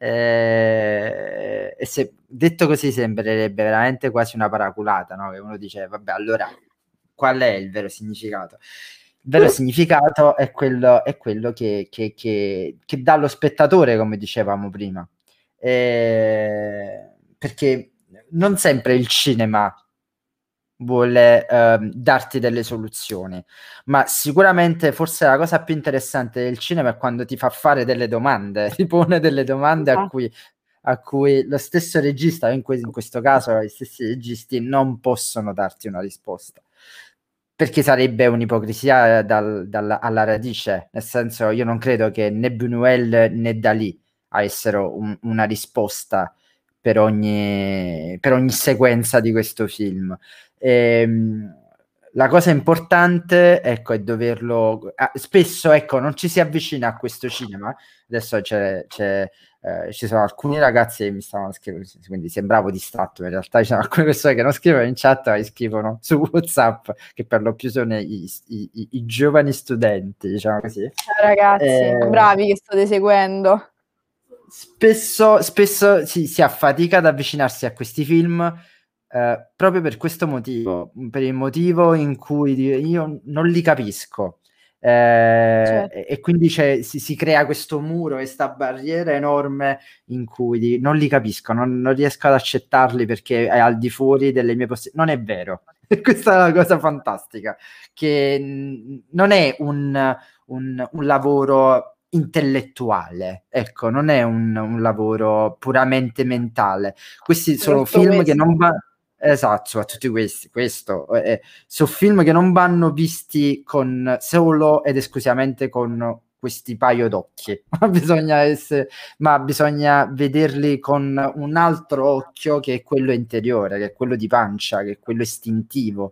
Eh, e se detto così sembrerebbe veramente quasi una paraculata, no? Che uno dice, vabbè, allora qual è il vero significato? Il vero significato è quello, è quello che, che, che, che dà lo spettatore, come dicevamo prima. Eh, perché non sempre il cinema vuole eh, darti delle soluzioni, ma sicuramente forse la cosa più interessante del cinema è quando ti fa fare delle domande, ti pone delle domande a cui, a cui lo stesso regista, in, que- in questo caso gli stessi registi, non possono darti una risposta. Perché sarebbe un'ipocrisia dal, dal, alla radice, nel senso io non credo che né Buñuel né Dalì avessero un, una risposta per ogni, per ogni sequenza di questo film. Ehm, la cosa importante, ecco, è doverlo... Ah, spesso, ecco, non ci si avvicina a questo cinema. Adesso c'è... c'è eh, ci sono alcuni ragazzi che mi stavano scrivendo, quindi sembravo distratto, in realtà ci sono alcune persone che non scrivono in chat, ma scrivono su WhatsApp, che per lo più sono i, i, i, i giovani studenti, diciamo così. Ciao ragazzi, eh, bravi che state seguendo. Spesso, spesso si, si affatica ad avvicinarsi a questi film eh, proprio per questo motivo, per il motivo in cui io non li capisco. Eh, certo. e, e quindi si, si crea questo muro, questa barriera enorme in cui di, non li capisco, non, non riesco ad accettarli perché è al di fuori delle mie possibilità. Non è vero. Questa è una cosa fantastica, che n- non è un, un, un lavoro intellettuale, ecco, non è un, un lavoro puramente mentale. Questi sono film questo. che non vanno... Esatto, soprattutto questi, questo, eh, sono film che non vanno visti con solo ed esclusivamente con questi paio d'occhi, ma bisogna essere, ma bisogna vederli con un altro occhio che è quello interiore, che è quello di pancia, che è quello istintivo,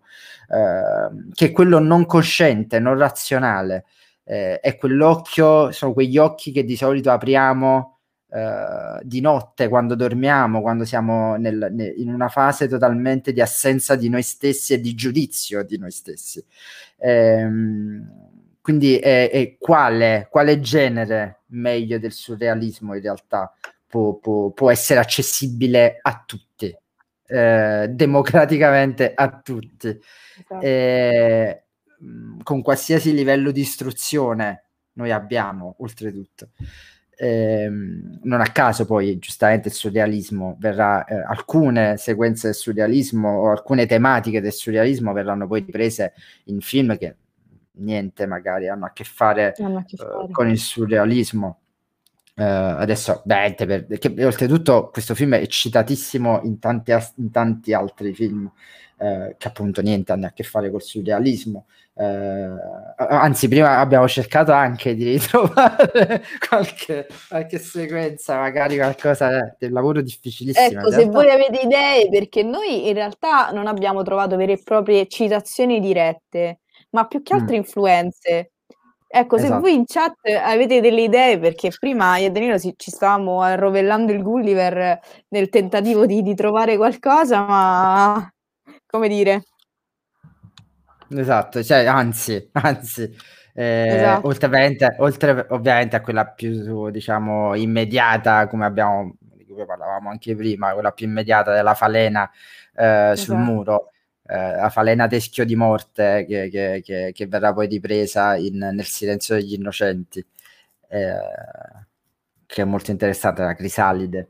eh, che è quello non cosciente, non razionale. Eh, è quell'occhio, sono quegli occhi che di solito apriamo Uh, di notte quando dormiamo, quando siamo nel, nel, in una fase totalmente di assenza di noi stessi e di giudizio di noi stessi. Ehm, quindi è, è quale, quale genere meglio del surrealismo in realtà può, può, può essere accessibile a tutti, eh, democraticamente a tutti, Esatto. eh, con qualsiasi livello di istruzione noi abbiamo, oltretutto. Eh, non a caso poi giustamente il surrealismo verrà, eh, alcune sequenze del surrealismo o alcune tematiche del surrealismo verranno poi riprese in film che niente magari hanno a che fare Non ha che eh, fare. con il surrealismo. Eh, adesso veramente per, che, oltretutto questo film è citatissimo in tanti, in tanti altri film eh, che appunto niente hanno a che fare col surrealismo. Eh, anzi, prima abbiamo cercato anche di ritrovare qualche, qualche sequenza, magari qualcosa eh, del lavoro difficilissimo in Ecco, se realtà. voi avete idee, perché noi in realtà non abbiamo trovato vere e proprie citazioni dirette, ma più che Mm, altre influenze. Ecco, se voi esatto. in chat avete delle idee, perché prima io e Danilo ci, ci stavamo arrovellando il Gulliver nel tentativo di, di trovare qualcosa, ma come dire, Esatto, cioè, anzi, anzi, eh, esatto, oltre, ovviamente, oltre ovviamente a quella più, diciamo, immediata, come abbiamo, di cui parlavamo anche prima, quella più immediata della falena eh, sul esatto. muro, eh, la falena teschio di morte che, che- che- che verrà poi ripresa in- nel silenzio degli innocenti, eh, che è molto interessante, la crisalide.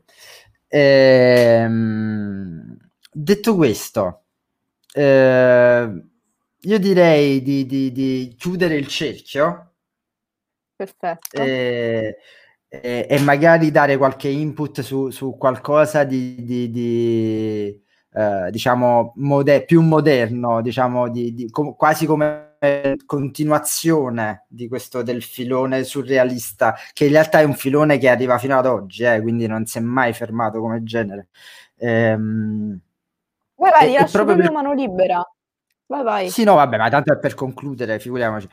Ehm, detto questo, eh, io direi di, di- di chiudere il cerchio Perfetto. e, e- e magari dare qualche input su, su qualcosa di, di- di, eh, diciamo, mode- più moderno, diciamo, di, di- com- quasi come continuazione di questo del filone surrealista, che in realtà è un filone che arriva fino ad oggi, eh, quindi non si è mai fermato come genere. Ehm, Vai, vai, e, ti e lascio proprio proprio per... mano libera. Vai, vai. Sì, no, vabbè, ma tanto è per concludere, figuriamoci.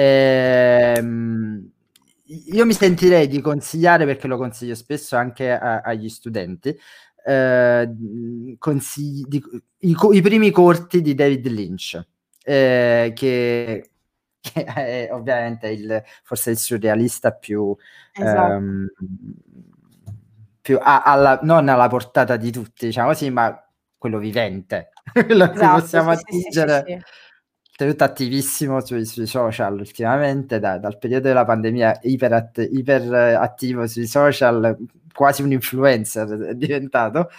Ehm, io mi sentirei di consigliare, perché lo consiglio spesso anche a- agli studenti, eh, consigli- di- i, co- i primi corti di David Lynch, eh, che, che è ovviamente il, forse il surrealista più, Esatto, ehm, più a- alla, non alla portata di tutti, diciamo così, ma quello vivente, quello a cui esatto, possiamo sì, sì, sì, sì, attingere. sì. Oltretutto attivissimo sui, sui social ultimamente, da- dal periodo della pandemia, iper, iper attivo sui social, quasi un influencer è diventato.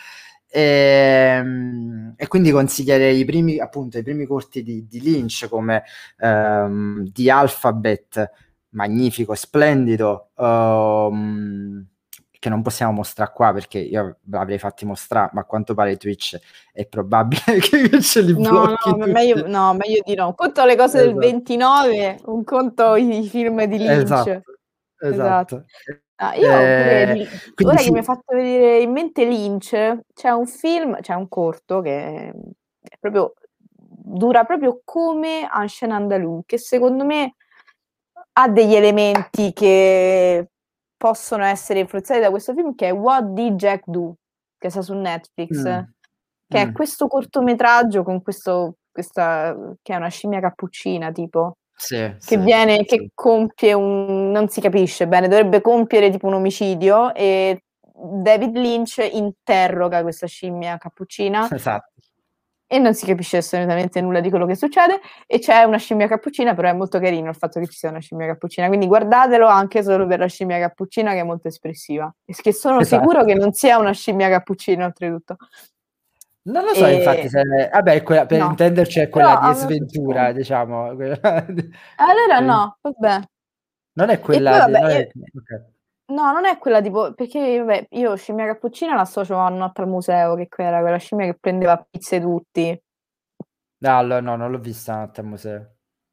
E, e quindi consiglierei i primi, appunto, i primi corti di, di Lynch come ehm, di Alphabet, magnifico, splendido, ehm, che non possiamo mostrare qua perché io ve l'avrei fatti mostrare, ma a quanto pare Twitch è probabile che ce li No, blocchi no, tutti. meglio, no, meglio di no. Un conto le cose del Esatto, ventinove, un conto i, i film di Lynch. esatto, Esatto. esatto. Ah, io pure, Eh, di- quindi ora che mi hai sì, fatto vedere in mente Lynch, c'è un film, c'è un corto che è proprio, dura proprio come Ancien Andalou, che secondo me ha degli elementi che possono essere influenzati da questo film, che è What Did Jack Do? Che sta su Netflix, mm, che è mm, questo cortometraggio con questo, questa, che è una scimmia cappuccina, tipo, sì, che sì, viene, sì, che compie un, non si capisce bene, dovrebbe compiere tipo un omicidio e David Lynch interroga questa scimmia cappuccina esatto. e non si capisce assolutamente nulla di quello che succede e c'è una scimmia cappuccina, però è molto carino il fatto che ci sia una scimmia cappuccina, quindi guardatelo anche solo per la scimmia cappuccina che è molto espressiva e che sono sicuro Esatto. che non sia una scimmia cappuccina oltretutto. Non lo so, infatti, E... se... vabbè, è quella- per No, intenderci è però quella di avevo Sventura, visto... diciamo. quella- Allora per- no, vabbè. Non è E poi quella di... vabbè, non è- io... ok. No, non è quella tipo, perché vabbè, io scimmia cappuccina l'associo a Notte al museo, che era quella scimmia che prendeva a pizze tutti. No, allora, no, non l'ho vista Notte al museo.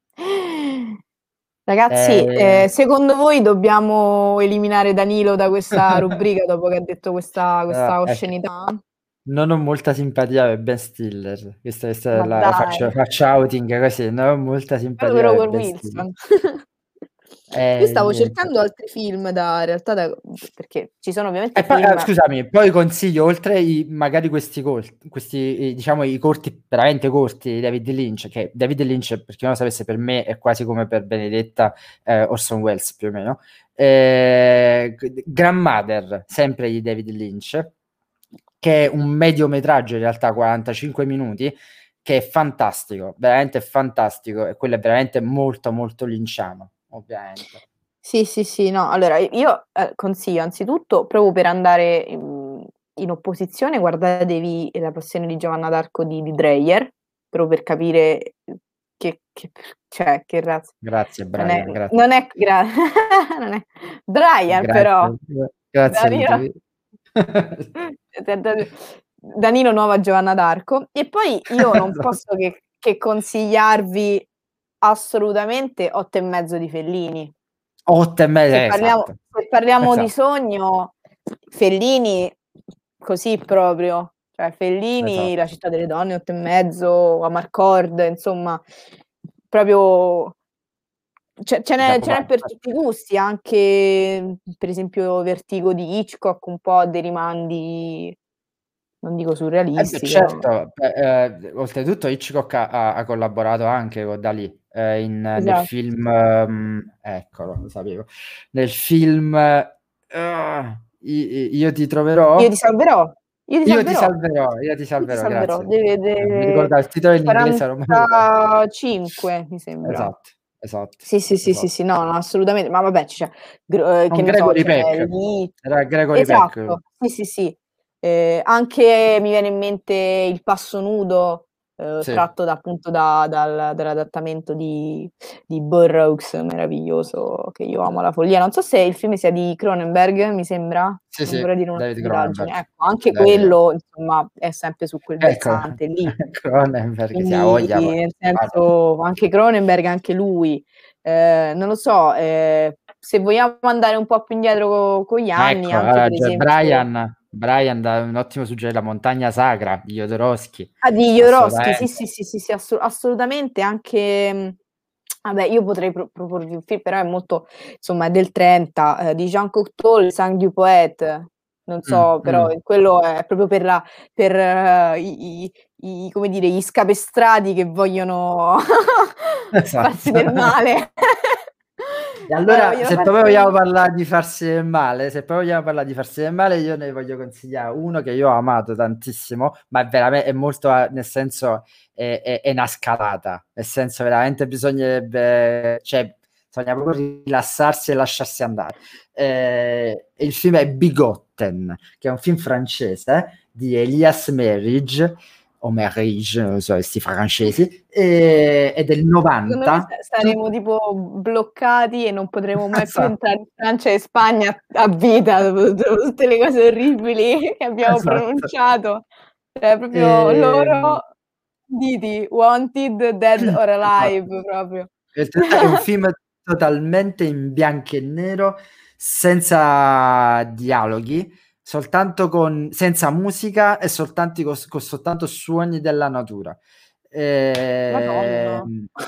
Ragazzi, Eh, eh, secondo voi dobbiamo eliminare Danilo da questa rubrica dopo che ha detto questa, no, questa ecco. oscenità? Non ho molta simpatia per Ben Stiller, questa, questa Ma la dai, faccio, faccio outing così, non ho molta quello simpatia per per Owen Ben Stiller. Wilson. Io E stavo niente. cercando altri film da in realtà da perché ci sono ovviamente E poi, film eh, scusami, poi consiglio, oltre i, magari questi corti, questi, i- diciamo, i corti veramente corti di David Lynch, che David Lynch, per chi non lo sapesse, per me è quasi come per Benedetta, eh, Orson Welles più o meno. Eh, Grandmother, sempre di David Lynch, che è un mediometraggio in realtà, quarantacinque minuti, che è fantastico, veramente fantastico, e quello è veramente molto molto linciano, ovviamente. Sì, sì, sì, no, allora io eh, consiglio anzitutto, proprio per andare in, in opposizione, guardatevi La passione di Giovanna d'Arco di, di Dreyer, proprio per capire che, che, cioè, che razza. Grazie Non è, Brian, grazie. non è, gra- non è Brian, però. Grazie, grazie Danilo, Ludovico. Danilo Nuova Giovanna d'Arco. E poi io non posso che, che consigliarvi assolutamente Otto e mezzo di Fellini. Otto e mezzo, Se eh, parliamo, esatto. se parliamo di Esatto, sogno, Fellini così proprio, cioè Fellini, La esatto. città delle donne, Otto e mezzo, Amarcord, insomma, proprio ce, ce n'è, ce n'è per Capolavoro. tutti i gusti, anche per esempio Vertigo di Hitchcock, un po' dei rimandi, non dico Eh beh, surrealisti, però certo, beh, eh, oltretutto Hitchcock ha, ha- ha collaborato anche con Dalì eh, in- nel esatto. film, ehm, eccolo, lo sapevo, nel film eh, I- Io ti Io ti troverò, salverò, io ti io ti salverò, salverò, io ti io ti salverò, salverò, grazie. deve, Eh, mi deve ricorda il titolo in inglese, non me lo ricordo. quarantacinque, mi sembra. Esatto, esatto, Sì, sì, sì, sì, esatto. sì, no, no, assolutamente, ma vabbè, c'è, gr- eh, che Con ne so, Gregory c'è Peck, lì, era Gregory Peck. esatto, sì, sì, sì. Eh, anche mi viene in mente Il passo nudo, eh, Sì, tratto da, appunto da- dal- dall'adattamento di, di Burroughs, meraviglioso, che io amo la follia. Non so se il film sia di Cronenberg, mi sembra, sì, non sì, vorrei dire una David stupidaggine. Cronenberg. Ecco, anche David- quello, insomma, è sempre su quel Ecco, versante lì. Cronenberg, sì, ha Quindi, voglia. nel Guarda. senso, anche Cronenberg, anche lui, eh, non lo so, eh, se vogliamo andare un po' più indietro co- con gli anni, Ecco, anche allora, per già esempio Brian, Brian dà un ottimo suggerimento, La montagna sacra di Jodorowsky, ah, di Jodorowsky, sì, assolutamente. sì, sì, sì, sì, assu- assolutamente, anche, mh, vabbè, io potrei pro- proporvi un film, però è molto, insomma, è del trenta, eh, di Jean Cocteau, Le Sang du Poète, non Mm, so, però mm. quello è proprio per, la, per eh, i, i- i- come dire, gli scapestrati che vogliono farsi Esatto. del male. E Guarda, allora, vogliono se farsi proprio del vogliamo male. parlare di farsi del male, se proprio vogliamo parlare di farsi del male, io ne voglio consigliare uno che io ho amato tantissimo, ma è veramente, è molto, eh, nel senso, è, è- è una scalata, nel senso veramente bisognerebbe, cioè, bisogna proprio rilassarsi e lasciarsi andare. Eh, il film è Bigotten, che è un film francese di Elias Merige, o Merige, non so, questi francesi, e- è del Secondo me novanta. sa- saremo tipo bloccati e non potremo mai più Esatto, entrare in Francia e Spagna a vita dopo dopo tutte le cose orribili che abbiamo esatto. pronunciato. Cioè, proprio Ehm, loro, diti, wanted, dead or esatto. alive, proprio. È un film totalmente in bianco e nero, senza dialoghi, soltanto con, senza musica e soltanto con, con soltanto suoni della natura. Madonna. Ehm,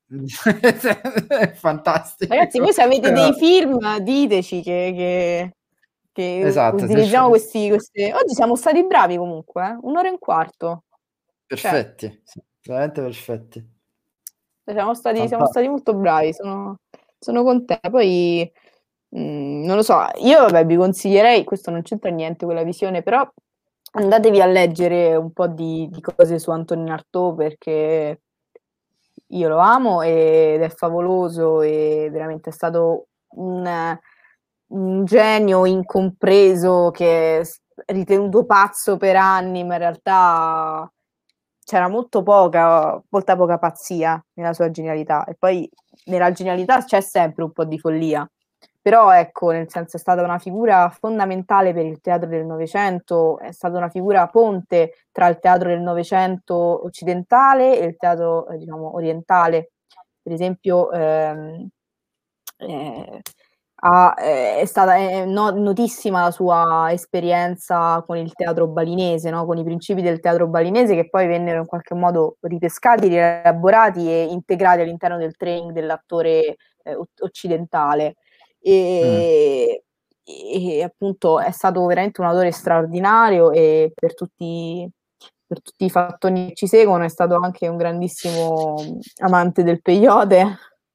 È Ragazzi, fantastico. voi se avete Però- dei film, diteci che, che- che esatto, se utilizziamo esce- questi, queste... Oggi siamo stati bravi comunque, eh? Un'ora e un quarto. Cioè, perfetti, sì, veramente perfetti. siamo stati, siamo stati Fantastico. molto bravi, sono, sono contenta. Poi, mh, non lo so, io vabbè, vi consiglierei, questo non c'entra niente con la visione, però andatevi a leggere un po' di, di cose su Antonin Artaud perché io lo amo ed è favoloso e veramente è stato un, un genio incompreso che è s- ritenuto pazzo per anni, ma in realtà c'era molto poca, molta poca pazzia nella sua genialità. E poi nella genialità c'è sempre un po' di follia. Però ecco, nel senso è stata una figura fondamentale per il teatro del Novecento, è stata una figura ponte tra il teatro del Novecento occidentale e il teatro, eh, diciamo, orientale. Per esempio, ehm, eh, Ha, ehm, è stata è no notissima la sua esperienza con il teatro balinese, no, con i principi del teatro balinese che poi vennero in qualche modo ripescati, rielaborati e integrati all'interno del training dell'attore, ehm, o occidentale. Mh. Ehm, e appunto è stato veramente un autore straordinario e per tutti per tutti i fattoni che ci seguono è stato anche un grandissimo amante del peyote.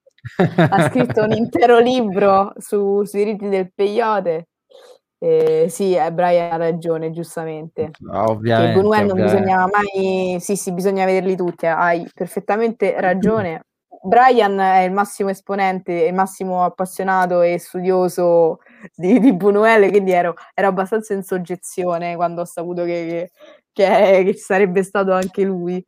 Ha scritto un intero libro su sui riti del peyote. Ehm, sì, eh, Brian ha ragione, giustamente. Che Ovviamente, Buñuel non ovviamente. bisogna mai sì, sì, bisogna vederli tutti, hai perfettamente ragione. Brian è il massimo esponente, il massimo appassionato e studioso di di Buñuel, quindi ero ero abbastanza in soggezione quando ho saputo che che che ci sarebbe stato anche lui.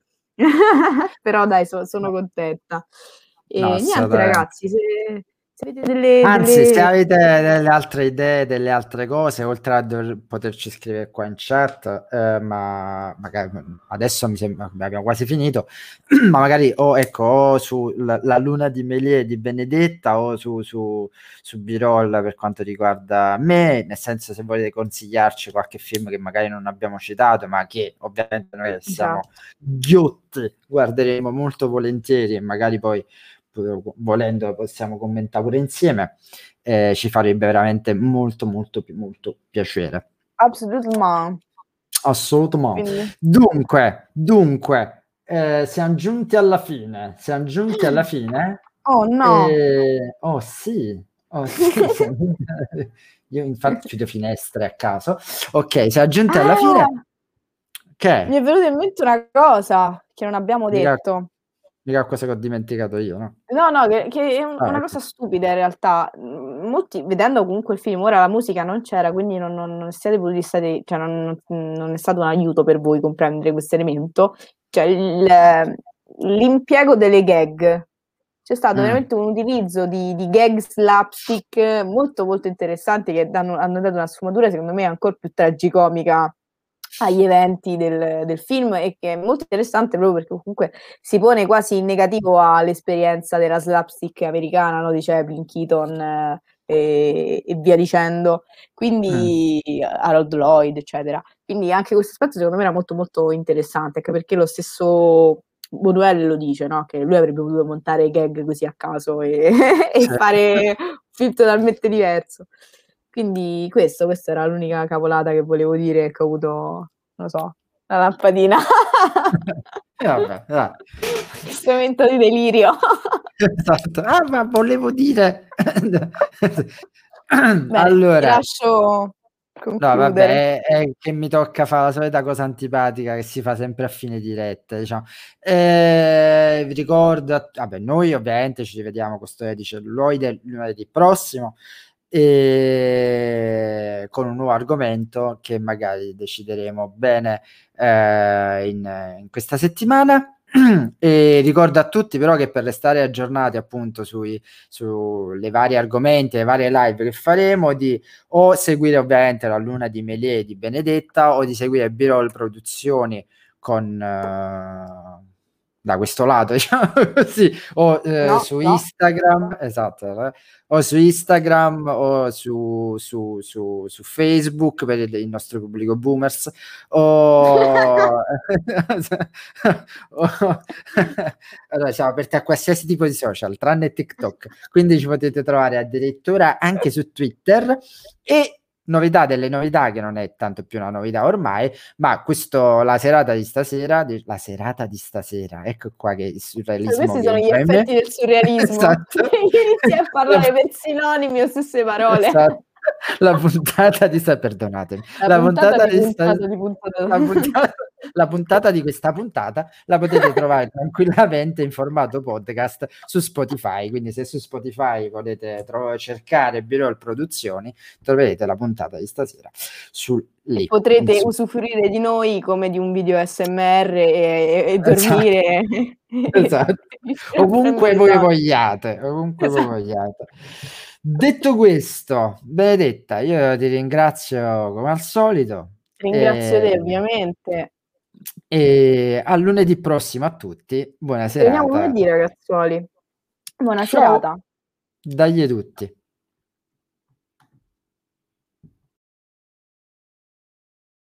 Però dai, so sono contenta. No, E niente assolutamente. ragazzi, se se avete delle Anzi, se delle avete delle altre idee, delle altre cose, oltre a dover poterci scrivere qua in chat, eh, ma magari adesso mi sembra abbiamo quasi finito, ma magari o ecco, o su la, la Luna di Méliès di Benedetta o su, su, su B-Roll per quanto riguarda me, nel senso se volete consigliarci qualche film che magari non abbiamo citato, ma che ovviamente noi siamo esatto. ghiotti, guarderemo molto volentieri e magari poi volendo possiamo commentare pure insieme, eh, ci farebbe veramente molto molto molto piacere. Absolutement. Assolutamente. Quindi Dunque, dunque eh, siamo giunti alla fine, siamo giunti alla fine. Oh no! E... Oh sì, oh sì, siamo... io infatti chiudo finestre a caso. Ok, siamo giunti alla fine. Ah! Mi Che? è venuta in mente una cosa che non abbiamo Mica, detto. mica cosa che ho dimenticato io, no? No, no, che che è un Ah, una ecco. cosa stupida in realtà. Mhmm, molti vedendo comunque il film, ora la musica non c'era, quindi non non non siete potuti stare cioè non non non è stato un aiuto per voi comprendere questo elemento. Cioè il l'impiego delle gag. C'è stato Mm. veramente un utilizzo di di gag slapstick molto, molto interessanti che danno hanno dato una sfumatura secondo me ancor più tragicomica agli eventi del del film e che è molto interessante proprio perché comunque si pone quasi in negativo all'esperienza della slapstick americana, no, di Chaplin, Keaton, ehm, e via dicendo. Mm. Quindi Harold Lloyd, eccetera. Quindi anche questo aspetto secondo me era molto, molto interessante, anche perché lo stesso Buñuel lo dice, no, che lui avrebbe potuto montare gag così a caso e e Sì. fare un film totalmente diverso. Quindi questo, questa era l'unica cavolata che volevo dire che ho avuto, non lo so, la lampadina. E vabbè, dai. Questo momento di delirio. Esatto. Ah, ma volevo dire Bene, ti allora lascio no concludere. vabbè, è è che mi tocca fa' la solita cosa antipatica che si fa sempre a fine diretta, diciamo. Ehm, vi ricordo a vabbè, noi ovviamente ci rivediamo con Storia di celluloide lunedì prossimo, ehm, con un nuovo argomento che magari decideremo bene, ehm, in in questa settimana. E ricordo a tutti però che per restare aggiornati appunto sui sulle varie argomenti, le varie live che faremo, di o seguire ovviamente la Luna di Méliès di Benedetta o di seguire B-Roll Produzioni con uh, da questo lato diciamo così o eh, No, su no. Instagram esatto eh, o su Instagram o su, su, su, su Facebook per il, il nostro pubblico boomers o, o allora siamo aperti a qualsiasi tipo di social tranne TikTok, quindi ci potete trovare addirittura anche su Twitter. E novità delle novità, che non è tanto più una novità ormai, ma questo la serata di stasera, la serata di stasera, ecco qua che il Cioè, surrealismo questi che sono gli entra in me. effetti del surrealismo. Esatto. Inizi a parlare per sinonimi o stesse parole. Esatto. La puntata di sta perdonatemi, La la puntata puntata di di sta puntata di puntata. la puntata la puntata di questa puntata la potete trovare tranquillamente in formato podcast su Spotify, quindi se su Spotify volete tro- cercare B-Roll Produzioni troverete la puntata di stasera su E lì. potrete Insomma. usufruire di noi come di un video A S M R e e Esatto, dormire esatto. riuscire a Ovunque prendere voi sonno. vogliate, ovunque voi Esa vogliate. Detto questo, Benedetta, io ti ringrazio come al solito Ringrazio e, te ovviamente. e a lunedì prossimo a tutti. Buona Ci vediamo serata. lunedì ragazzuoli. Buona Ciao, serata. dagli tutti.